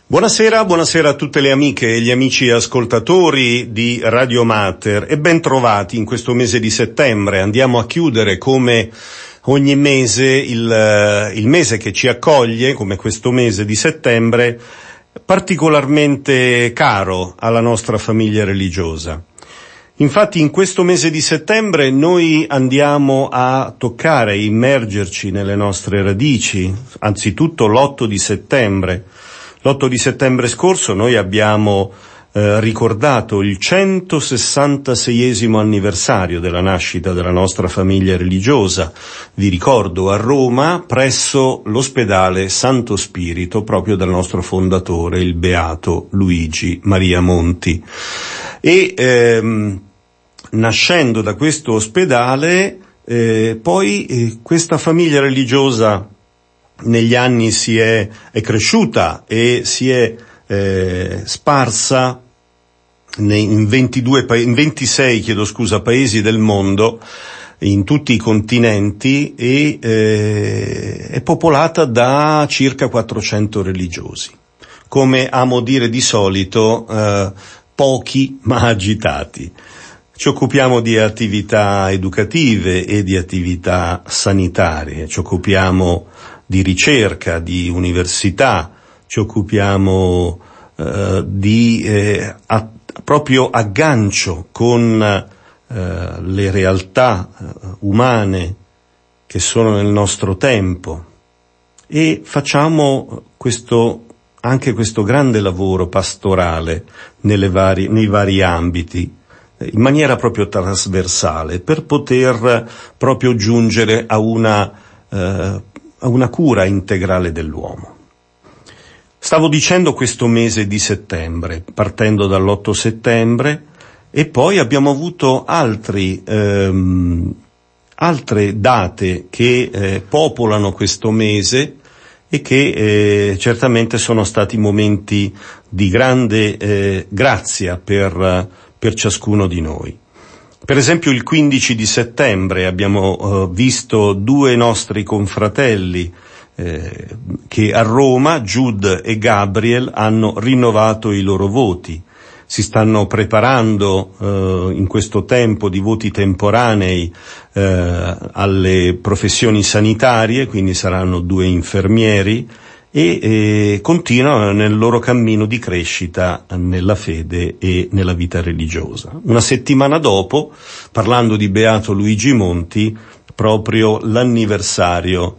Buonasera, buonasera a tutte le amiche e gli amici ascoltatori di Radio Mater e ben trovati in questo mese di settembre. Andiamo a chiudere come ogni mese il mese che ci accoglie, come questo mese di settembre, particolarmente caro alla nostra famiglia religiosa. Infatti in questo mese di settembre noi andiamo a toccare, immergerci nelle nostre radici, anzitutto l'8 di settembre. L'8 di settembre scorso noi abbiamo ricordato il 166esimo anniversario della nascita della nostra famiglia religiosa, vi ricordo a Roma, presso l'ospedale Santo Spirito, proprio dal nostro fondatore, il beato Luigi Maria Monti. E nascendo da questo ospedale, poi questa famiglia religiosa negli anni è cresciuta e si è sparsa in 26 paesi del mondo, in tutti i continenti, e è popolata da circa 400 religiosi. Come amo dire di solito, pochi ma agitati. Ci occupiamo di attività educative e di attività sanitarie, ci occupiamo di ricerca, di università, ci occupiamo di proprio aggancio con le realtà umane che sono nel nostro tempo, e facciamo anche questo grande lavoro pastorale nei vari ambiti, in maniera proprio trasversale, per poter proprio giungere a una cura integrale dell'uomo. Stavo dicendo questo mese di settembre, partendo dall'8 settembre, e poi abbiamo avuto altre date che popolano questo mese e che certamente sono stati momenti di grande grazia per ciascuno di noi. Per esempio il 15 di settembre abbiamo visto due nostri confratelli che a Roma, Jude e Gabriel, hanno rinnovato i loro voti. Si stanno preparando in questo tempo di voti temporanei alle professioni sanitarie, quindi saranno due infermieri, e continuano nel loro cammino di crescita nella fede e nella vita religiosa. Una settimana dopo, parlando di beato Luigi Monti, proprio l'anniversario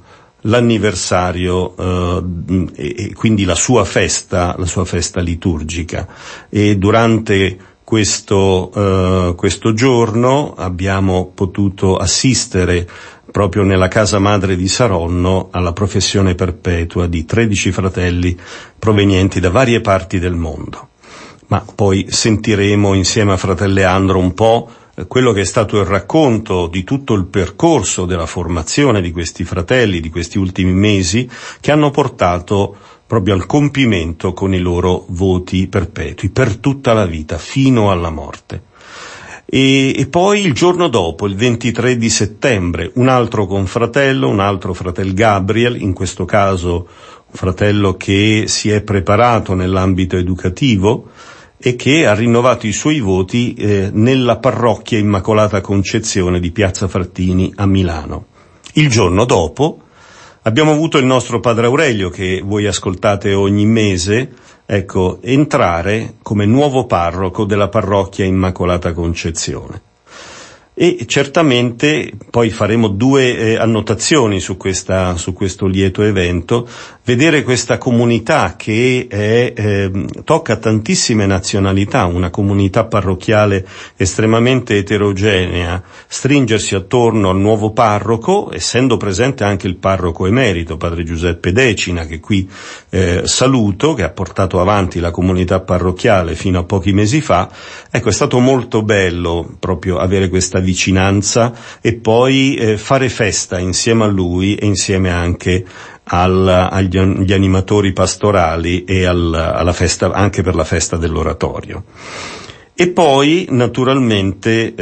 e quindi la sua festa liturgica, e durante questo giorno abbiamo potuto assistere proprio nella casa madre di Saronno alla professione perpetua di 13 fratelli provenienti da varie parti del mondo. Ma poi sentiremo insieme a fratello Leandro un po' quello che è stato il racconto di tutto il percorso della formazione di questi fratelli, di questi ultimi mesi, che hanno portato proprio al compimento con i loro voti perpetui, per tutta la vita, fino alla morte. E poi il giorno dopo, il 23 di settembre, un altro confratello, un altro fratello Gabriel, in questo caso un fratello che si è preparato nell'ambito educativo e che ha rinnovato i suoi voti nella parrocchia Immacolata Concezione di Piazza Frattini a Milano. Il giorno dopo abbiamo avuto il nostro padre Aurelio, che voi ascoltate ogni mese, entrare come nuovo parroco della parrocchia Immacolata Concezione. E certamente poi faremo due annotazioni su questo lieto evento. Vedere questa comunità che tocca tantissime nazionalità, una comunità parrocchiale estremamente eterogenea, stringersi attorno al nuovo parroco, essendo presente anche il parroco emerito, padre Giuseppe Decina, che qui saluto, che ha portato avanti la comunità parrocchiale fino a pochi mesi fa. Ecco, è stato molto bello proprio avere questa vicinanza e poi fare festa insieme a lui e insieme anche agli animatori pastorali e alla festa, anche per la festa dell'oratorio. E poi naturalmente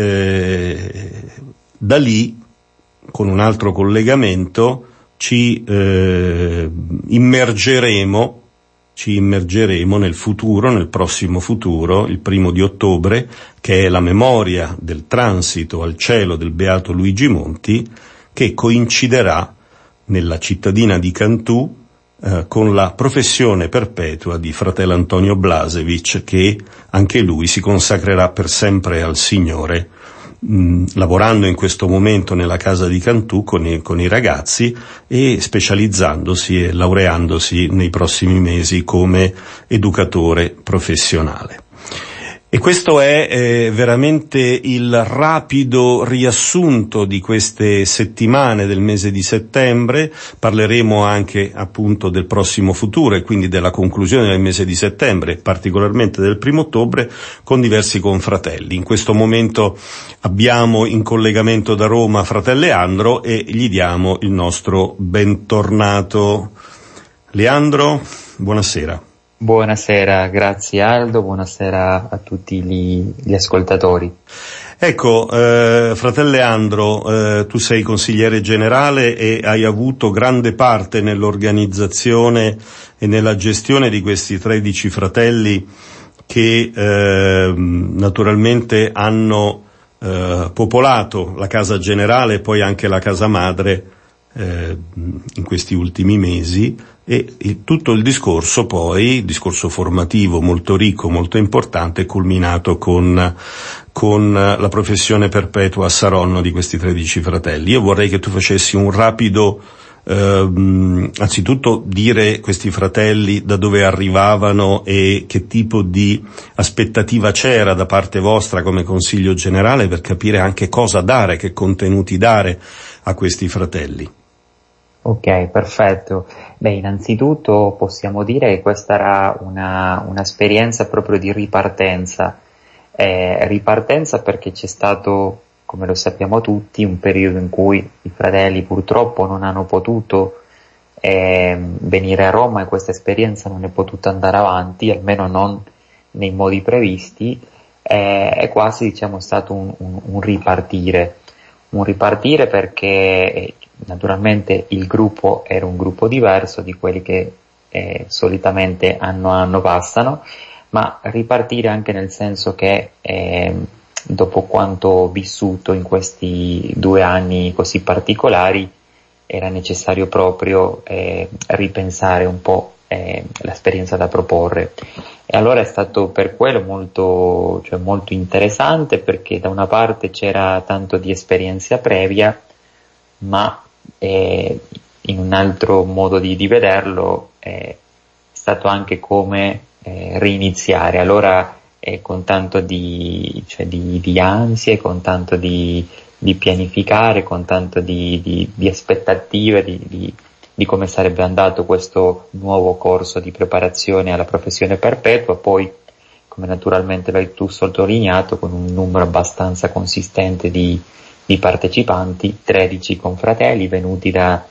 da lì, con un altro collegamento, ci immergeremo ci immergeremo nel futuro, nel prossimo futuro, il 1 ottobre, che è la memoria del transito al cielo del beato Luigi Monti, che coinciderà nella cittadina di Cantù con la professione perpetua di fratello Antonio Blasevic, che anche lui si consacrerà per sempre al Signore, lavorando in questo momento nella casa di Cantù con i ragazzi e specializzandosi e laureandosi nei prossimi mesi come educatore professionale. E questo è veramente il rapido riassunto di queste settimane del mese di settembre. Parleremo anche appunto del prossimo futuro e quindi della conclusione del mese di settembre, particolarmente del 1 ottobre, con diversi confratelli. In questo momento abbiamo in collegamento da Roma fratello Leandro e gli diamo il nostro bentornato. Leandro, buonasera. Buonasera, grazie Aldo, buonasera a tutti gli ascoltatori. Ecco, fratello Leandro, tu sei consigliere generale e hai avuto grande parte nell'organizzazione e nella gestione di questi 13 fratelli che naturalmente hanno popolato la casa generale e poi anche la casa madre in questi ultimi mesi, e tutto il discorso poi, il discorso formativo molto ricco, molto importante, culminato con la professione perpetua a Saronno di questi 13 fratelli. Io vorrei che tu facessi un rapido, anzitutto dire questi fratelli da dove arrivavano e che tipo di aspettativa c'era da parte vostra come Consiglio Generale per capire anche cosa dare, che contenuti dare a questi fratelli. Ok, perfetto. Beh, innanzitutto possiamo dire che questa era un'esperienza proprio di ripartenza. Ripartenza perché c'è stato, come lo sappiamo tutti, un periodo in cui i fratelli purtroppo non hanno potuto venire a Roma e questa esperienza non è potuta andare avanti, almeno non nei modi previsti. È quasi, diciamo, stato un ripartire. Un ripartire perché naturalmente il gruppo era un gruppo diverso di quelli che solitamente anno a anno passano, ma ripartire anche nel senso che dopo quanto vissuto in questi 2 anni così particolari era necessario proprio ripensare un po' l'esperienza da proporre. E allora è stato per quello molto interessante, perché da una parte c'era tanto di esperienza previa, ma in un altro modo di vederlo è stato anche come reiniziare. Allora con tanto di ansie, con tanto di pianificare, con tanto di aspettative, di come sarebbe andato questo nuovo corso di preparazione alla professione perpetua, poi, come naturalmente l'hai tu sottolineato, con un numero abbastanza consistente di partecipanti, 13 confratelli venuti da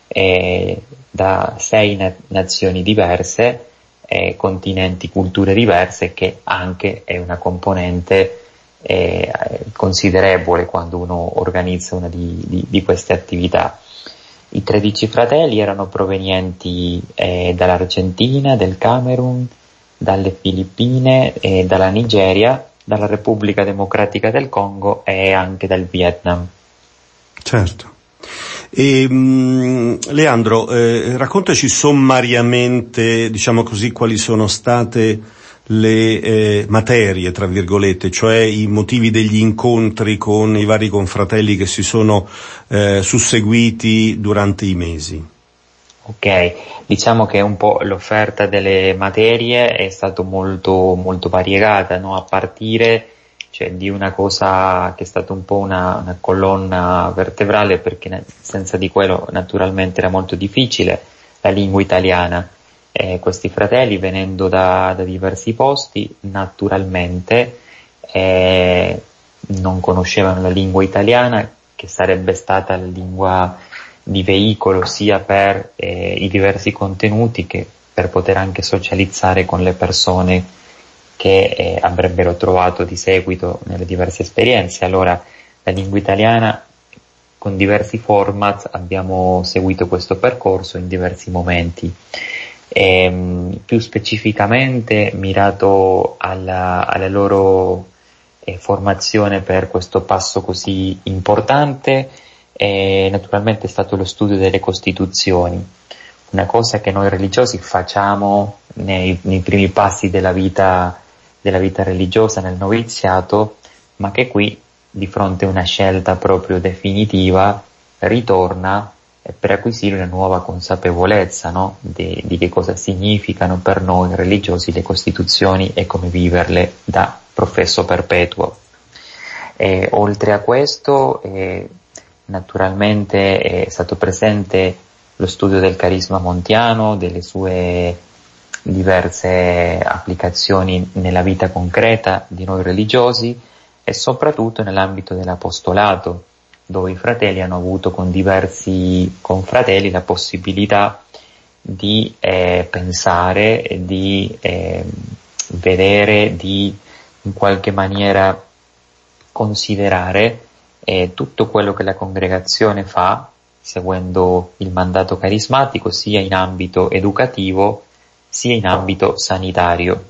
6 nazioni diverse, continenti, culture diverse, che anche è una componente considerevole quando uno organizza una di queste attività. I 13 fratelli erano provenienti dall'Argentina, del Camerun, dalle Filippine, dalla Nigeria, dalla Repubblica Democratica del Congo e anche dal Vietnam. Certo. E Leandro, raccontaci sommariamente, diciamo così, quali sono state le materie, tra virgolette, cioè i motivi degli incontri con i vari confratelli che si sono susseguiti durante i mesi. Ok, diciamo che un po' l'offerta delle materie è stato molto molto variegata, no? A partire di una cosa che è stata un po' una colonna vertebrale, perché senza di quello naturalmente era molto difficile, la lingua italiana. Questi fratelli, venendo da diversi posti, naturalmente non conoscevano la lingua italiana, che sarebbe stata la lingua di veicolo sia per i diversi contenuti che per poter anche socializzare con le persone che avrebbero trovato di seguito nelle diverse esperienze. Allora, la lingua italiana, con diversi format, abbiamo seguito questo percorso in diversi momenti. più specificamente mirato alla loro formazione per questo passo così importante. Naturalmente è stato lo studio delle Costituzioni, una cosa che noi religiosi facciamo nei primi passi della vita religiosa, nel noviziato, ma che qui, di fronte a una scelta proprio definitiva, ritorna per acquisire una nuova consapevolezza, no? di che cosa significano per noi religiosi le Costituzioni e come viverle da professo perpetuo. Oltre a questo, naturalmente è stato presente lo studio del carisma montiano, delle sue diverse applicazioni nella vita concreta di noi religiosi e soprattutto nell'ambito dell'apostolato, dove i fratelli hanno avuto con diversi confratelli la possibilità di pensare, di vedere, di in qualche maniera considerare tutto quello che la congregazione fa, seguendo il mandato carismatico sia in ambito educativo sia in ambito sanitario.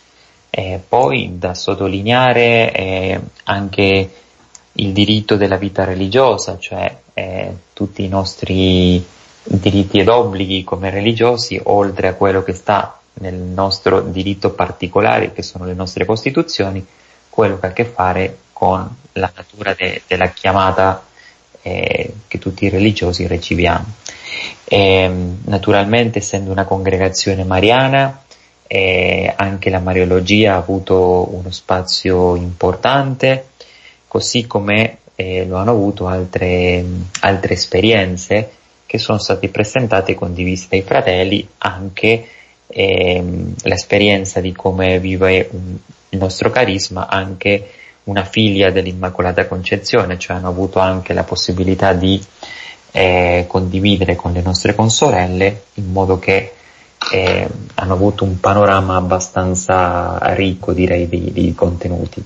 Poi da sottolineare anche il diritto della vita religiosa, cioè tutti i nostri diritti ed obblighi come religiosi, oltre a quello che sta nel nostro diritto particolare, che sono le nostre Costituzioni, quello che ha a che fare con la natura della chiamata che tutti i religiosi riceviamo. Naturalmente, essendo una congregazione mariana, anche la Mariologia ha avuto uno spazio importante, così come lo hanno avuto altre esperienze che sono state presentate e condivise dai fratelli, anche l'esperienza di come vive il nostro carisma anche una figlia dell'Immacolata Concezione, cioè hanno avuto anche la possibilità di condividere con le nostre consorelle, in modo che hanno avuto un panorama abbastanza ricco, direi, di contenuti.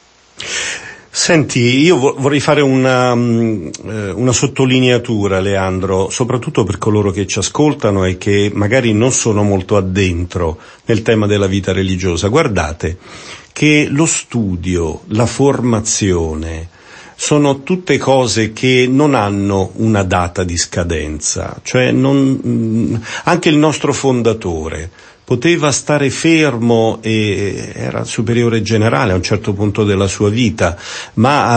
Senti, io vorrei fare una sottolineatura, Leandro, soprattutto per coloro che ci ascoltano e che magari non sono molto addentro nel tema della vita religiosa. Guardate che lo studio, la formazione, sono tutte cose che non hanno una data di scadenza, cioè anche il nostro fondatore poteva stare fermo e era superiore generale a un certo punto della sua vita, ma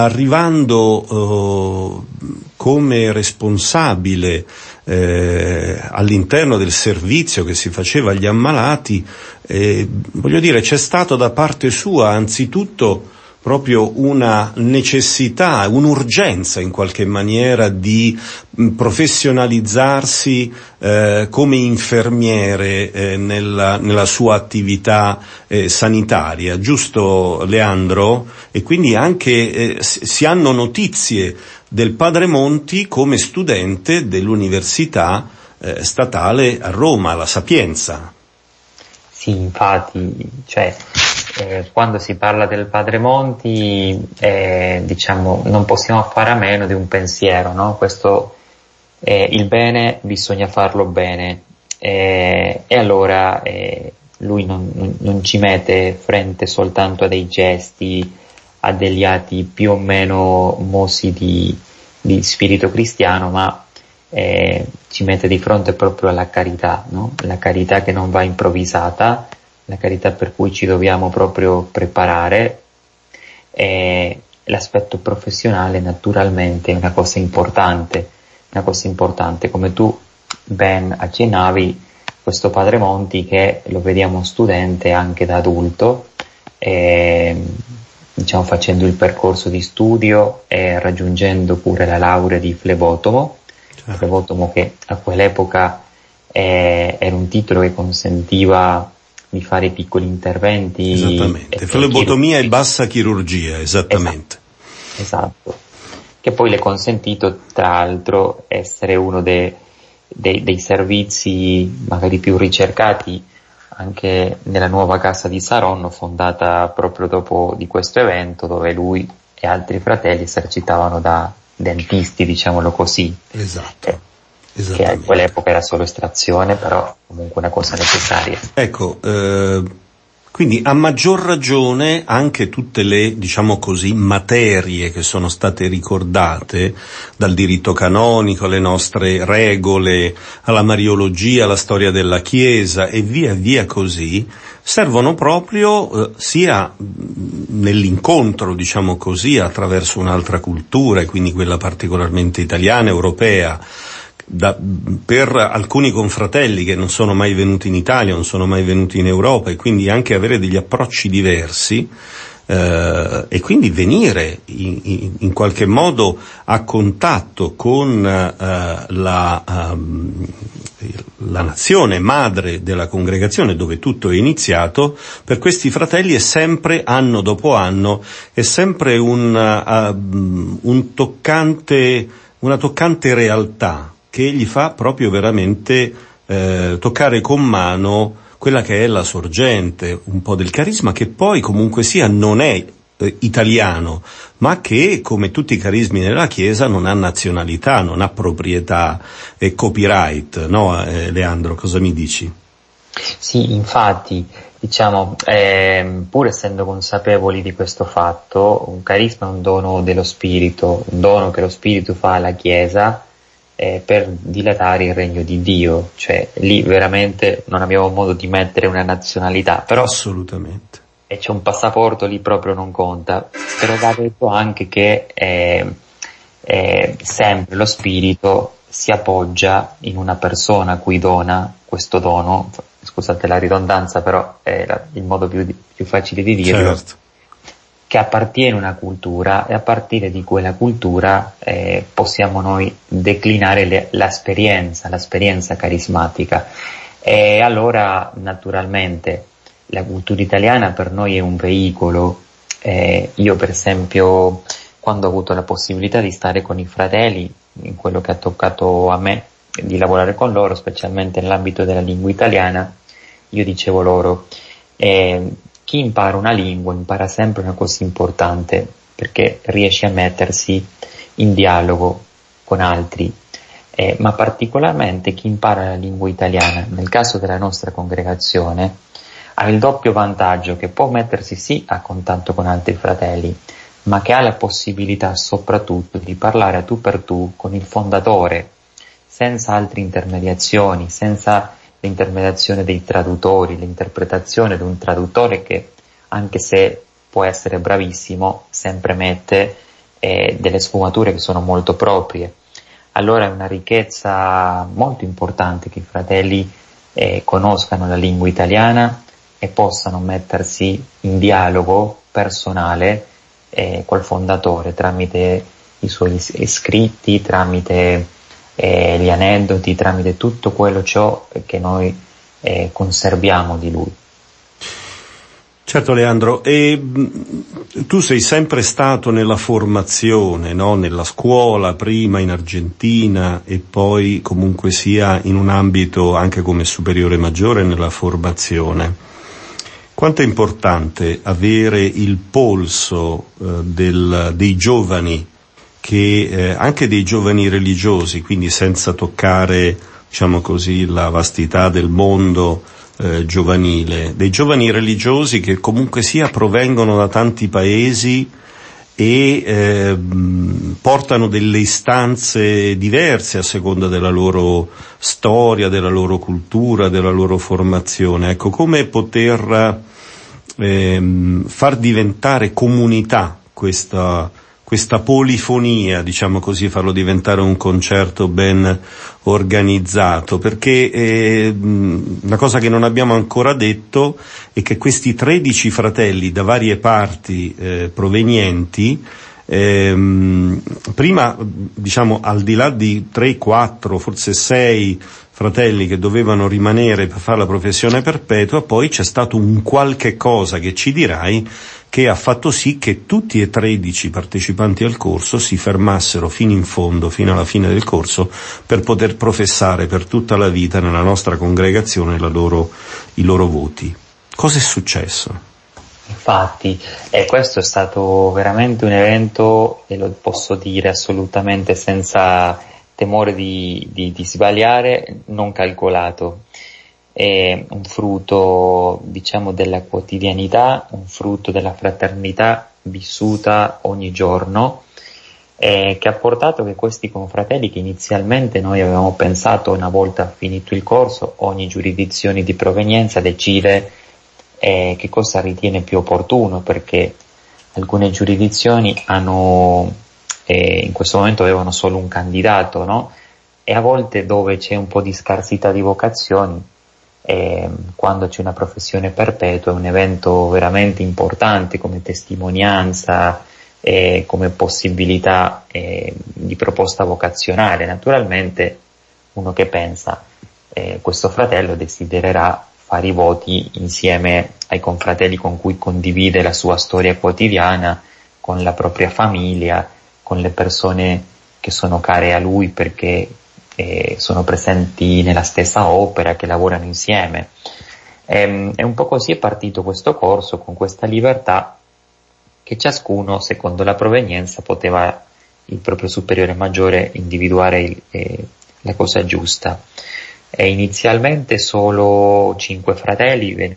arrivando come responsabile all'interno del servizio che si faceva agli ammalati, voglio dire, c'è stato da parte sua anzitutto proprio una necessità, un'urgenza in qualche maniera di professionalizzarsi come infermiere nella sua attività sanitaria, giusto Leandro? E quindi anche si hanno notizie del padre Monti come studente dell'Università statale a Roma, La Sapienza. Sì, infatti, cioè quando si parla del padre Monti, diciamo, non possiamo fare a meno di un pensiero, no? Questo il bene bisogna farlo bene, e allora lui non ci mette frente soltanto a dei gesti, a degli atti più o meno mossi di spirito cristiano, ma ci mette di fronte proprio alla carità, no? La carità che non va improvvisata, la carità per cui ci dobbiamo proprio preparare. L'aspetto professionale naturalmente è una cosa importante, come tu ben accennavi, questo padre Monti, che lo vediamo studente anche da adulto, diciamo facendo il percorso di studio e raggiungendo pure la laurea di flebotomo, flebotomo che a quell'epoca era un titolo che consentiva di fare piccoli interventi. Esattamente, flebotomia e bassa chirurgia, esattamente. Esatto. Che poi le è consentito, tra l'altro, essere uno dei servizi magari più ricercati anche nella nuova casa di Saronno, fondata proprio dopo di questo evento, dove lui e altri fratelli esercitavano da dentisti, diciamolo così. Esatto. che a quell'epoca era solo estrazione, però comunque una cosa necessaria. Ecco, quindi a maggior ragione anche tutte le, diciamo così, materie che sono state ricordate, dal diritto canonico alle nostre regole, alla Mariologia, alla storia della Chiesa e via via così, servono proprio sia nell'incontro, diciamo così, attraverso un'altra cultura, e quindi quella particolarmente italiana, europea, per alcuni confratelli che non sono mai venuti in Italia, non sono mai venuti in Europa, e quindi anche avere degli approcci diversi, e quindi venire in qualche modo a contatto con la nazione madre della congregazione dove tutto è iniziato. Per questi fratelli è sempre, anno dopo anno, è sempre una toccante realtà che gli fa proprio veramente toccare con mano quella che è la sorgente un po' del carisma, che poi comunque sia non è italiano, ma che, come tutti i carismi nella Chiesa, non ha nazionalità, non ha proprietà e copyright, no? Leandro, cosa mi dici? Sì, infatti, diciamo, pur essendo consapevoli di questo fatto, un carisma è un dono dello Spirito, un dono che lo Spirito fa alla Chiesa per dilatare il regno di Dio, cioè lì veramente non abbiamo modo di mettere una nazionalità, però assolutamente. E c'è un passaporto lì proprio non conta, però va detto anche che sempre lo Spirito si appoggia in una persona a cui dona questo dono, scusate la ridondanza, però è il modo più facile di dirlo. Certo. Che appartiene a una cultura, e a partire di quella cultura possiamo noi declinare l'esperienza carismatica. E allora, naturalmente, la cultura italiana per noi è un veicolo. Io, per esempio, quando ho avuto la possibilità di stare con i fratelli, in quello che ha toccato a me, di lavorare con loro, specialmente nell'ambito della lingua italiana, io dicevo loro, chi impara una lingua impara sempre una cosa importante, perché riesce a mettersi in dialogo con altri, ma particolarmente chi impara la lingua italiana, nel caso della nostra congregazione, ha il doppio vantaggio che può mettersi sì a contatto con altri fratelli, ma che ha la possibilità soprattutto di parlare a tu per tu con il fondatore, senza altre intermediazioni, senza l'intermediazione dei traduttori, l'interpretazione di un traduttore che, anche se può essere bravissimo, sempre mette delle sfumature che sono molto proprie. Allora è una ricchezza molto importante che i fratelli conoscano la lingua italiana e possano mettersi in dialogo personale col fondatore tramite i suoi scritti, tramite gli aneddoti, tramite tutto ciò che noi conserviamo di lui. Certo, Leandro, e tu sei sempre stato nella formazione, no? Nella scuola, prima in Argentina e poi comunque sia in un ambito anche come superiore maggiore nella formazione. Quanto è importante avere il polso dei giovani, che anche dei giovani religiosi, quindi senza toccare, diciamo così, la vastità del mondo giovanile, dei giovani religiosi che comunque sia provengono da tanti paesi e portano delle istanze diverse a seconda della loro storia, della loro cultura, della loro formazione. Ecco, come poter far diventare comunità questa polifonia, diciamo così, farlo diventare un concerto ben organizzato, perché una cosa che non abbiamo ancora detto è che questi 13 fratelli da varie parti provenienti, prima, diciamo, al di là di 3, 4, forse 6 fratelli che dovevano rimanere per fare la professione perpetua, poi c'è stato un qualche cosa che ci dirai che ha fatto sì che tutti e 13 partecipanti al corso si fermassero fino in fondo, fino alla fine del corso, per poter professare per tutta la vita nella nostra congregazione i loro voti. Cosa è successo? Infatti, questo è stato veramente un evento, e lo posso dire assolutamente senza temore di sbagliare non calcolato. È un frutto, diciamo, della quotidianità, un frutto della fraternità vissuta ogni giorno, che ha portato che questi confratelli, che inizialmente noi avevamo pensato, una volta finito il corso, ogni giurisdizione di provenienza decide che cosa ritiene più opportuno, perché alcune giurisdizioni hanno in questo momento avevano solo un candidato, no? E a volte, dove c'è un po' di scarsità di vocazioni, quando c'è una professione perpetua, è un evento veramente importante come testimonianza, come possibilità di proposta vocazionale. Naturalmente uno che pensa questo fratello desidererà fare i voti insieme ai confratelli con cui condivide la sua storia quotidiana, con la propria famiglia, con le persone che sono care a lui perché sono presenti nella stessa opera, che lavorano insieme. E un po' così è partito questo corso, con questa libertà che ciascuno, secondo la provenienza, poteva il proprio superiore maggiore individuare la cosa giusta. E inizialmente solo 5 fratelli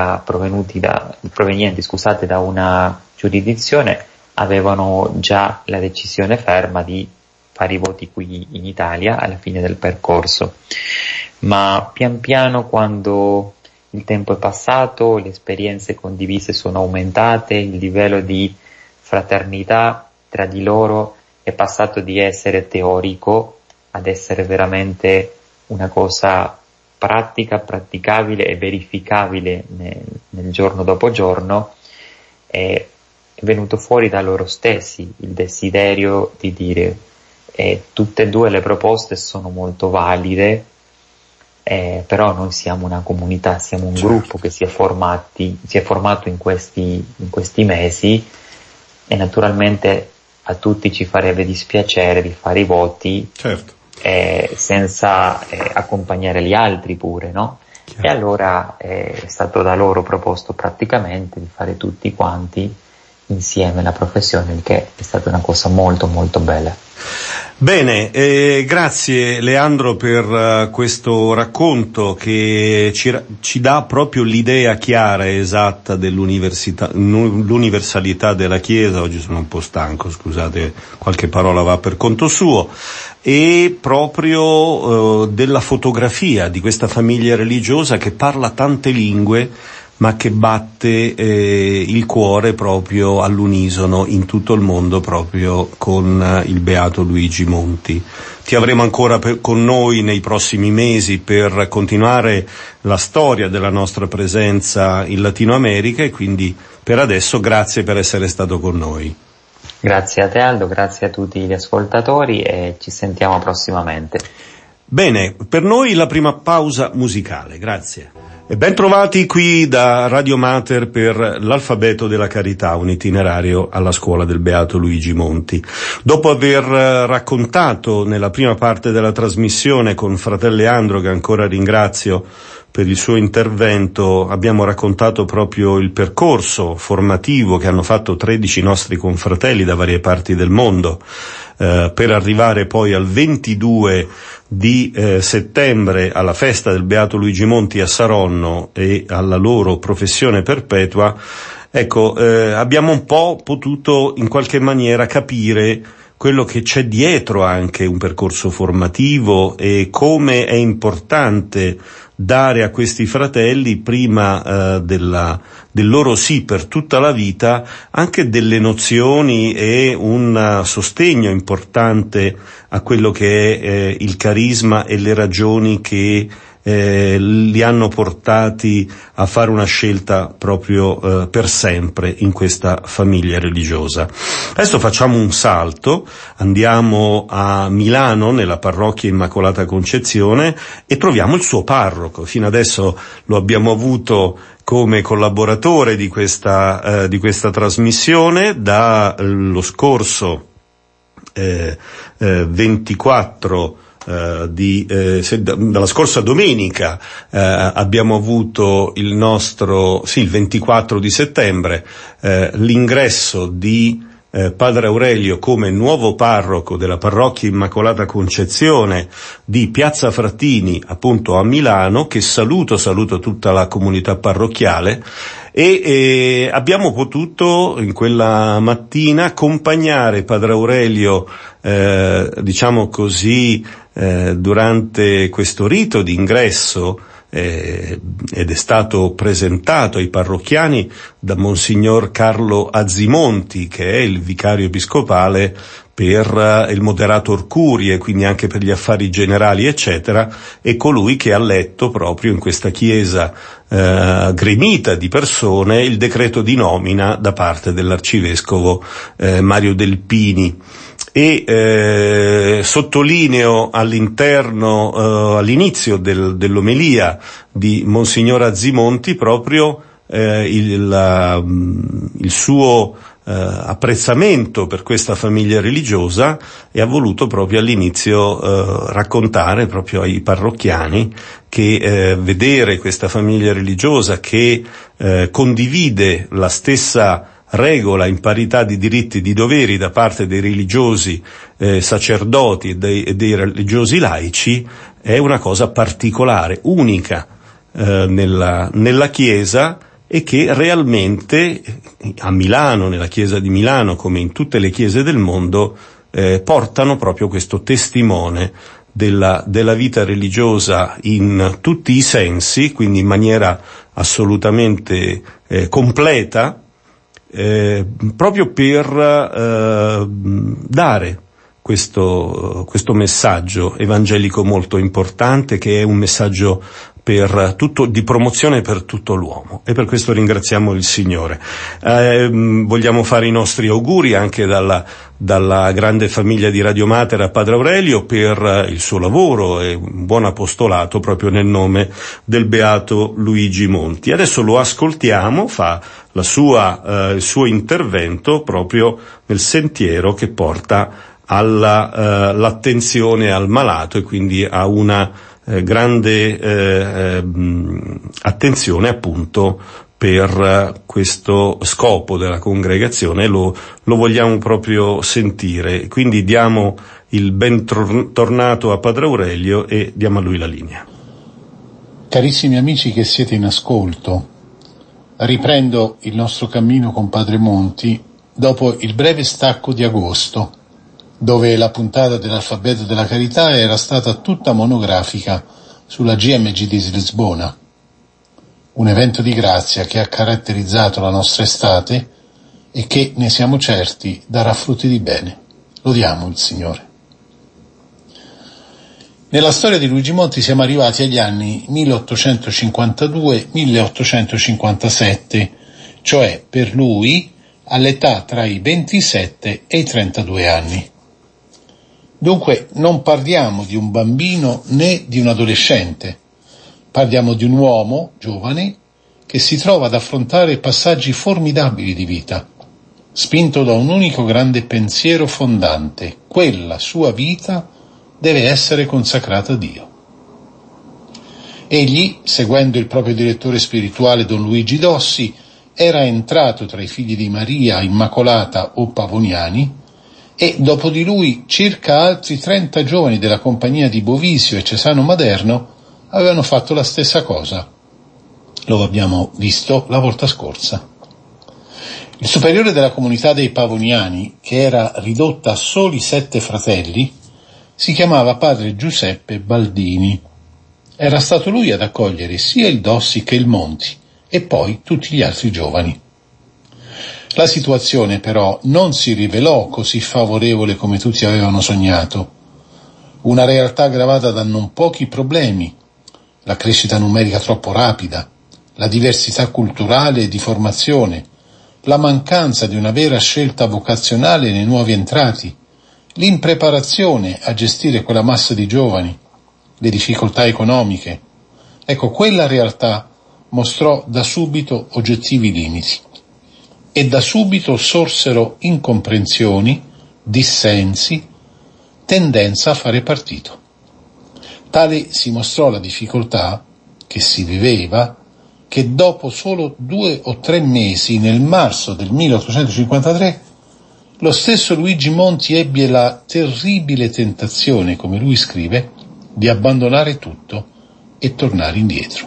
provenienti da una giurisdizione avevano già la decisione ferma di fare i voti qui in Italia alla fine del percorso, ma pian piano, quando il tempo è passato, le esperienze condivise sono aumentate, il livello di fraternità tra di loro è passato di essere teorico ad essere veramente una cosa pratica, praticabile e verificabile nel giorno dopo giorno. È venuto fuori da loro stessi il desiderio di dire tutte e due le proposte sono molto valide, però noi siamo una comunità, siamo un gruppo che si è formato in questi mesi, e naturalmente a tutti ci farebbe dispiacere di fare i voti senza accompagnare gli altri pure, no? E allora è stato da loro proposto praticamente di fare tutti quanti insieme la professione, il che è stata una cosa molto molto bella. Bene, grazie Leandro per questo racconto che ci dà proprio l'idea chiara e esatta dell'universalità della Chiesa. Oggi sono un po' stanco, scusate, qualche parola va per conto suo, e proprio della fotografia di questa famiglia religiosa che parla tante lingue, ma che batte il cuore proprio all'unisono in tutto il mondo, proprio con il beato Luigi Monti. Ti avremo ancora con noi nei prossimi mesi per continuare la storia della nostra presenza in Latino America, e quindi per adesso grazie per essere stato con noi. Grazie a te Aldo, grazie a tutti gli ascoltatori, e ci sentiamo prossimamente. Bene, per noi la prima pausa musicale, grazie. E ben trovati qui da Radio Mater per l'Alfabeto della Carità, un itinerario alla scuola del Beato Luigi Monti. Dopo aver raccontato nella prima parte della trasmissione con fratello Leandro, che ancora ringrazio per il suo intervento, abbiamo raccontato proprio il percorso formativo che hanno fatto 13 nostri confratelli da varie parti del mondo, per arrivare poi al 22 di settembre alla festa del Beato Luigi Monti a Saronno e alla loro professione perpetua. Ecco, abbiamo un po' potuto in qualche maniera capire quello che c'è dietro anche un percorso formativo e come è importante dare a questi fratelli, prima del loro sì per tutta la vita, anche delle nozioni e un sostegno importante a quello che è il carisma e le ragioni che li hanno portati a fare una scelta proprio per sempre in questa famiglia religiosa. Adesso facciamo un salto, andiamo a Milano nella parrocchia Immacolata Concezione e troviamo il suo parroco. Fino adesso lo abbiamo avuto come collaboratore di questa trasmissione dallo scorso 24 dalla scorsa domenica. Abbiamo avuto il 24 di settembre l'ingresso di Padre Aurelio come nuovo parroco della parrocchia Immacolata Concezione di Piazza Frattini, appunto a Milano, che saluto tutta la comunità parrocchiale, e abbiamo potuto in quella mattina accompagnare Padre Aurelio, diciamo così, durante questo rito di ingresso, ed è stato presentato ai parrocchiani da Monsignor Carlo Azimonti, che è il vicario episcopale per il Moderator Curie, quindi anche per gli affari generali eccetera, e colui che ha letto proprio in questa chiesa gremita di persone il decreto di nomina da parte dell'arcivescovo Mario Delpini. E sottolineo all'inizio dell'omelia di Monsignor Azimonti proprio il suo apprezzamento per questa famiglia religiosa, e ha voluto proprio all'inizio raccontare proprio ai parrocchiani che vedere questa famiglia religiosa che condivide la stessa regola in parità di diritti e di doveri da parte dei religiosi sacerdoti e dei religiosi laici è una cosa particolare, unica nella Chiesa, e che realmente a Milano, nella Chiesa di Milano, come in tutte le chiese del mondo, portano proprio questo testimone della vita religiosa in tutti i sensi, quindi in maniera assolutamente completa, proprio per dare questo messaggio evangelico molto importante, che è un messaggio di promozione per tutto l'uomo, e per questo ringraziamo il Signore. Vogliamo fare i nostri auguri anche dalla grande famiglia di Radio Mater a Padre Aurelio per il suo lavoro e un buon apostolato proprio nel nome del Beato Luigi Monti. Adesso lo ascoltiamo, fa il suo intervento proprio nel sentiero che porta l'attenzione al malato, e quindi a una grande attenzione appunto per questo scopo della congregazione. Lo vogliamo proprio sentire, quindi diamo il bentornato a Padre Aurelio e diamo a lui la linea. Carissimi amici che siete in ascolto, riprendo il nostro cammino con Padre Monti dopo il breve stacco di agosto, dove la puntata dell'Alfabeto della Carità era stata tutta monografica sulla GMG di Lisbona, un evento di grazia che ha caratterizzato la nostra estate e che, ne siamo certi, darà frutti di bene. Lodiamo il Signore. Nella storia di Luigi Monti siamo arrivati agli anni 1852-1857, cioè per lui all'età tra i 27 e i 32 anni. Dunque non parliamo di un bambino né di un adolescente, parliamo di un uomo giovane che si trova ad affrontare passaggi formidabili di vita, spinto da un unico grande pensiero fondante: quella sua vita deve essere consacrata a Dio. Egli, seguendo il proprio direttore spirituale Don Luigi Dossi, era entrato tra i figli di Maria Immacolata o Pavoniani, e dopo di lui circa altri 30 giovani della compagnia di Bovisio e Cesano Maderno avevano fatto la stessa cosa. Lo abbiamo visto la volta scorsa. Il superiore della comunità dei Pavoniani, che era ridotta a soli 7 fratelli, si chiamava padre Giuseppe Baldini. Era stato lui ad accogliere sia il Dossi che il Monti e poi tutti gli altri giovani. La situazione però non si rivelò così favorevole come tutti avevano sognato. Una realtà aggravata da non pochi problemi: la crescita numerica troppo rapida, la diversità culturale e di formazione, la mancanza di una vera scelta vocazionale nei nuovi entrati, l'impreparazione a gestire quella massa di giovani, le difficoltà economiche. Ecco, quella realtà mostrò da subito oggettivi limiti. E da subito sorsero incomprensioni, dissensi, tendenza a fare partito. Tale si mostrò la difficoltà che si viveva, che dopo solo 2 o 3 mesi, nel marzo del 1853, lo stesso Luigi Monti ebbe la terribile tentazione, come lui scrive, di abbandonare tutto e tornare indietro.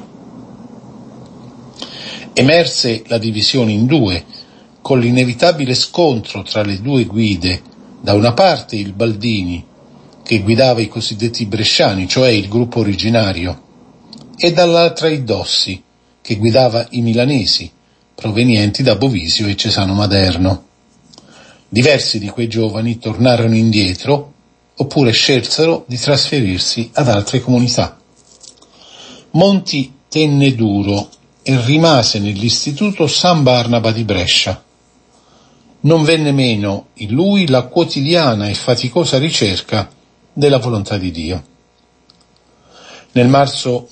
Emerse la divisione in due, con l'inevitabile scontro tra le due guide, da una parte il Baldini, che guidava i cosiddetti bresciani, cioè il gruppo originario, e dall'altra il Dossi, che guidava i milanesi, provenienti da Bovisio e Cesano Maderno. Diversi di quei giovani tornarono indietro, oppure scelsero di trasferirsi ad altre comunità. Monti tenne duro e rimase nell'istituto San Barnaba di Brescia. Non venne meno in lui la quotidiana e faticosa ricerca della volontà di Dio. Nel marzo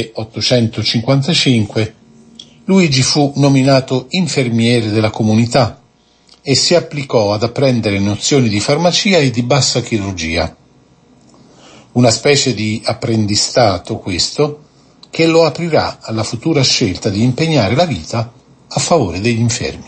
1855 Luigi fu nominato infermiere della comunità e si applicò ad apprendere nozioni di farmacia e di bassa chirurgia. Una specie di apprendistato questo, che lo aprirà alla futura scelta di impegnare la vita a favore degli infermi.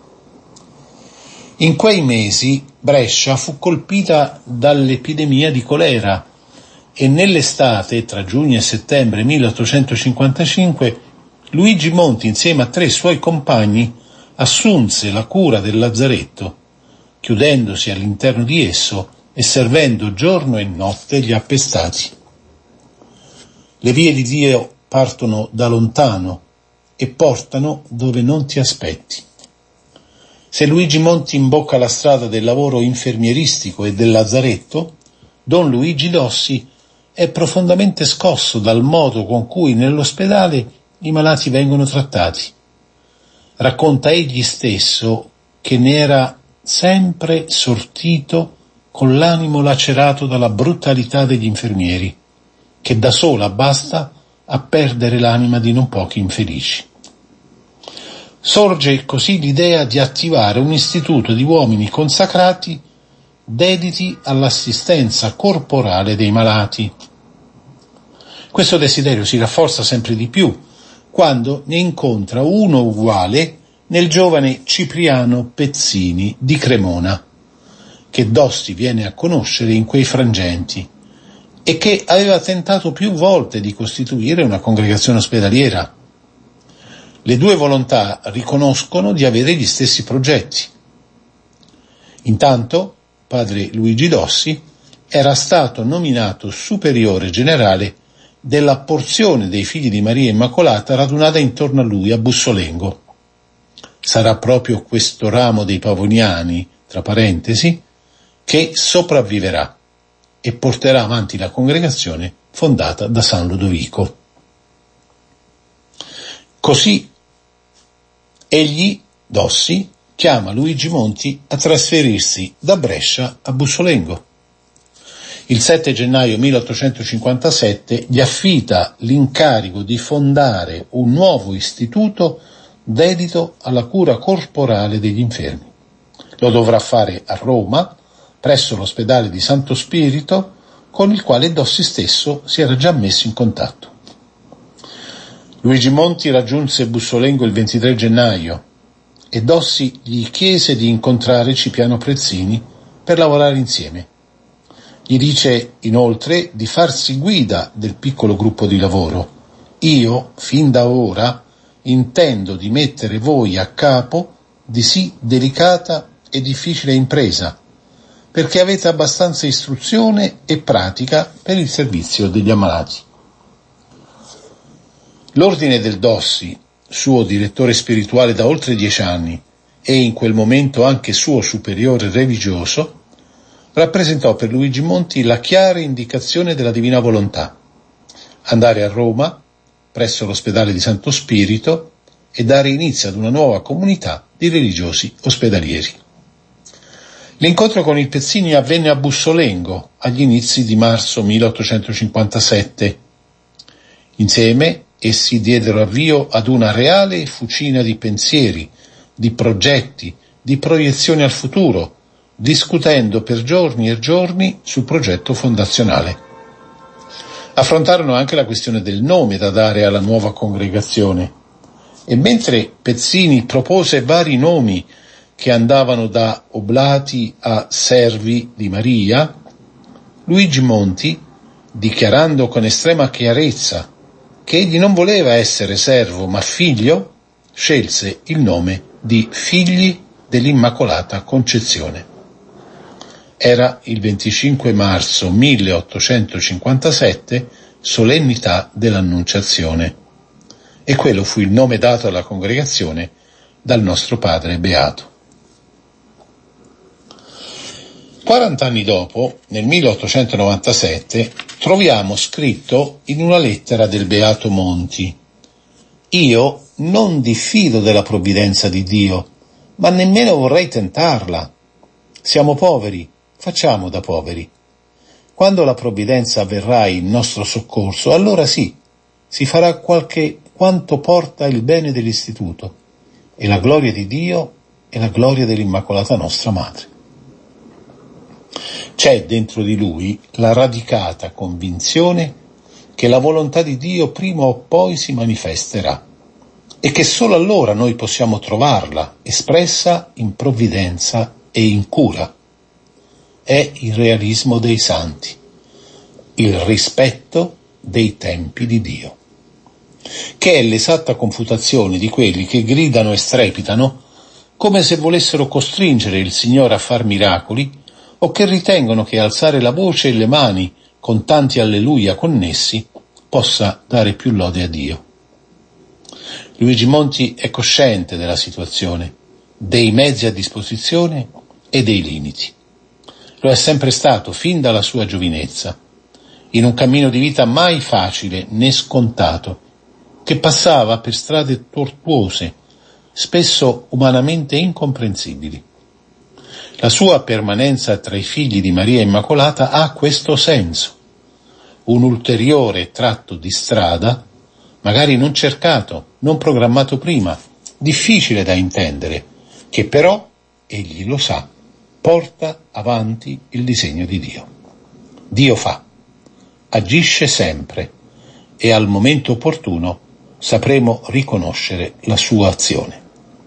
In quei mesi Brescia fu colpita dall'epidemia di colera e nell'estate, tra giugno e settembre 1855, Luigi Monti, insieme a 3 suoi compagni, assunse la cura del lazzaretto, chiudendosi all'interno di esso e servendo giorno e notte gli appestati. Le vie di Dio partono da lontano e portano dove non ti aspetti. Se Luigi Monti imbocca la strada del lavoro infermieristico e del lazzaretto, Don Luigi Dossi è profondamente scosso dal modo con cui nell'ospedale i malati vengono trattati. Racconta egli stesso che ne era sempre sortito con l'animo lacerato dalla brutalità degli infermieri, che da sola basta a perdere l'anima di non pochi infelici. Sorge così l'idea di attivare un istituto di uomini consacrati dediti all'assistenza corporale dei malati. Questo desiderio si rafforza sempre di più quando ne incontra uno uguale nel giovane Cipriano Pezzini di Cremona, che Dossi viene a conoscere in quei frangenti e che aveva tentato più volte di costituire una congregazione ospedaliera. Le due volontà riconoscono di avere gli stessi progetti. Intanto, padre Luigi Dossi era stato nominato superiore generale della porzione dei figli di Maria Immacolata radunata intorno a lui a Bussolengo. Sarà proprio questo ramo dei Pavoniani, tra parentesi, che sopravviverà e porterà avanti la congregazione fondata da San Ludovico. Così egli, Dossi, chiama Luigi Monti a trasferirsi da Brescia a Bussolengo. Il 7 gennaio 1857 gli affida l'incarico di fondare un nuovo istituto dedito alla cura corporale degli infermi. Lo dovrà fare a Roma, presso l'ospedale di Santo Spirito, con il quale Dossi stesso si era già messo in contatto. Luigi Monti raggiunse Bussolengo il 23 gennaio e Dossi gli chiese di incontrare Cipriano Pezzini per lavorare insieme. Gli dice inoltre di farsi guida del piccolo gruppo di lavoro. Io, fin da ora, intendo di mettere voi a capo di sì delicata e difficile impresa, perché avete abbastanza istruzione e pratica per il servizio degli ammalati. L'ordine del Dossi, suo direttore spirituale da oltre 10 anni e in quel momento anche suo superiore religioso, rappresentò per Luigi Monti la chiara indicazione della divina volontà: andare a Roma, presso l'ospedale di Santo Spirito, e dare inizio ad una nuova comunità di religiosi ospedalieri. L'incontro con il Pezzini avvenne a Bussolengo agli inizi di marzo 1857. Insieme essi diedero avvio ad una reale fucina di pensieri, di progetti, di proiezioni al futuro, discutendo per giorni e giorni sul progetto fondazionale. Affrontarono anche la questione del nome da dare alla nuova congregazione e mentre Pezzini propose vari nomi che andavano da oblati a servi di Maria, Luigi Monti, dichiarando con estrema chiarezza che egli non voleva essere servo ma figlio, scelse il nome di Figli dell'Immacolata Concezione. Era il 25 marzo 1857, solennità dell'Annunciazione, e quello fu il nome dato alla congregazione dal nostro padre beato. 40 anni dopo, nel 1897, troviamo scritto in una lettera del beato Monti: «Io non diffido della provvidenza di Dio, ma nemmeno vorrei tentarla. Siamo poveri, facciamo da poveri. Quando la provvidenza avverrà in nostro soccorso, allora sì, si farà quanto porta il bene dell'istituto, e la gloria di Dio e la gloria dell'Immacolata nostra Madre». C'è dentro di lui la radicata convinzione che la volontà di Dio prima o poi si manifesterà e che solo allora noi possiamo trovarla espressa in provvidenza e in cura. È il realismo dei santi, il rispetto dei tempi di Dio, che è l'esatta confutazione di quelli che gridano e strepitano come se volessero costringere il Signore a far miracoli, o che ritengono che alzare la voce e le mani con tanti alleluia connessi possa dare più lode a Dio. Luigi Monti è cosciente della situazione, dei mezzi a disposizione e dei limiti. Lo è sempre stato fin dalla sua giovinezza, in un cammino di vita mai facile né scontato, che passava per strade tortuose, spesso umanamente incomprensibili. La sua permanenza tra i figli di Maria Immacolata ha questo senso, un ulteriore tratto di strada, magari non cercato, non programmato prima, difficile da intendere, che però, egli lo sa, porta avanti il disegno di Dio. Dio fa, agisce sempre, e al momento opportuno sapremo riconoscere la sua azione.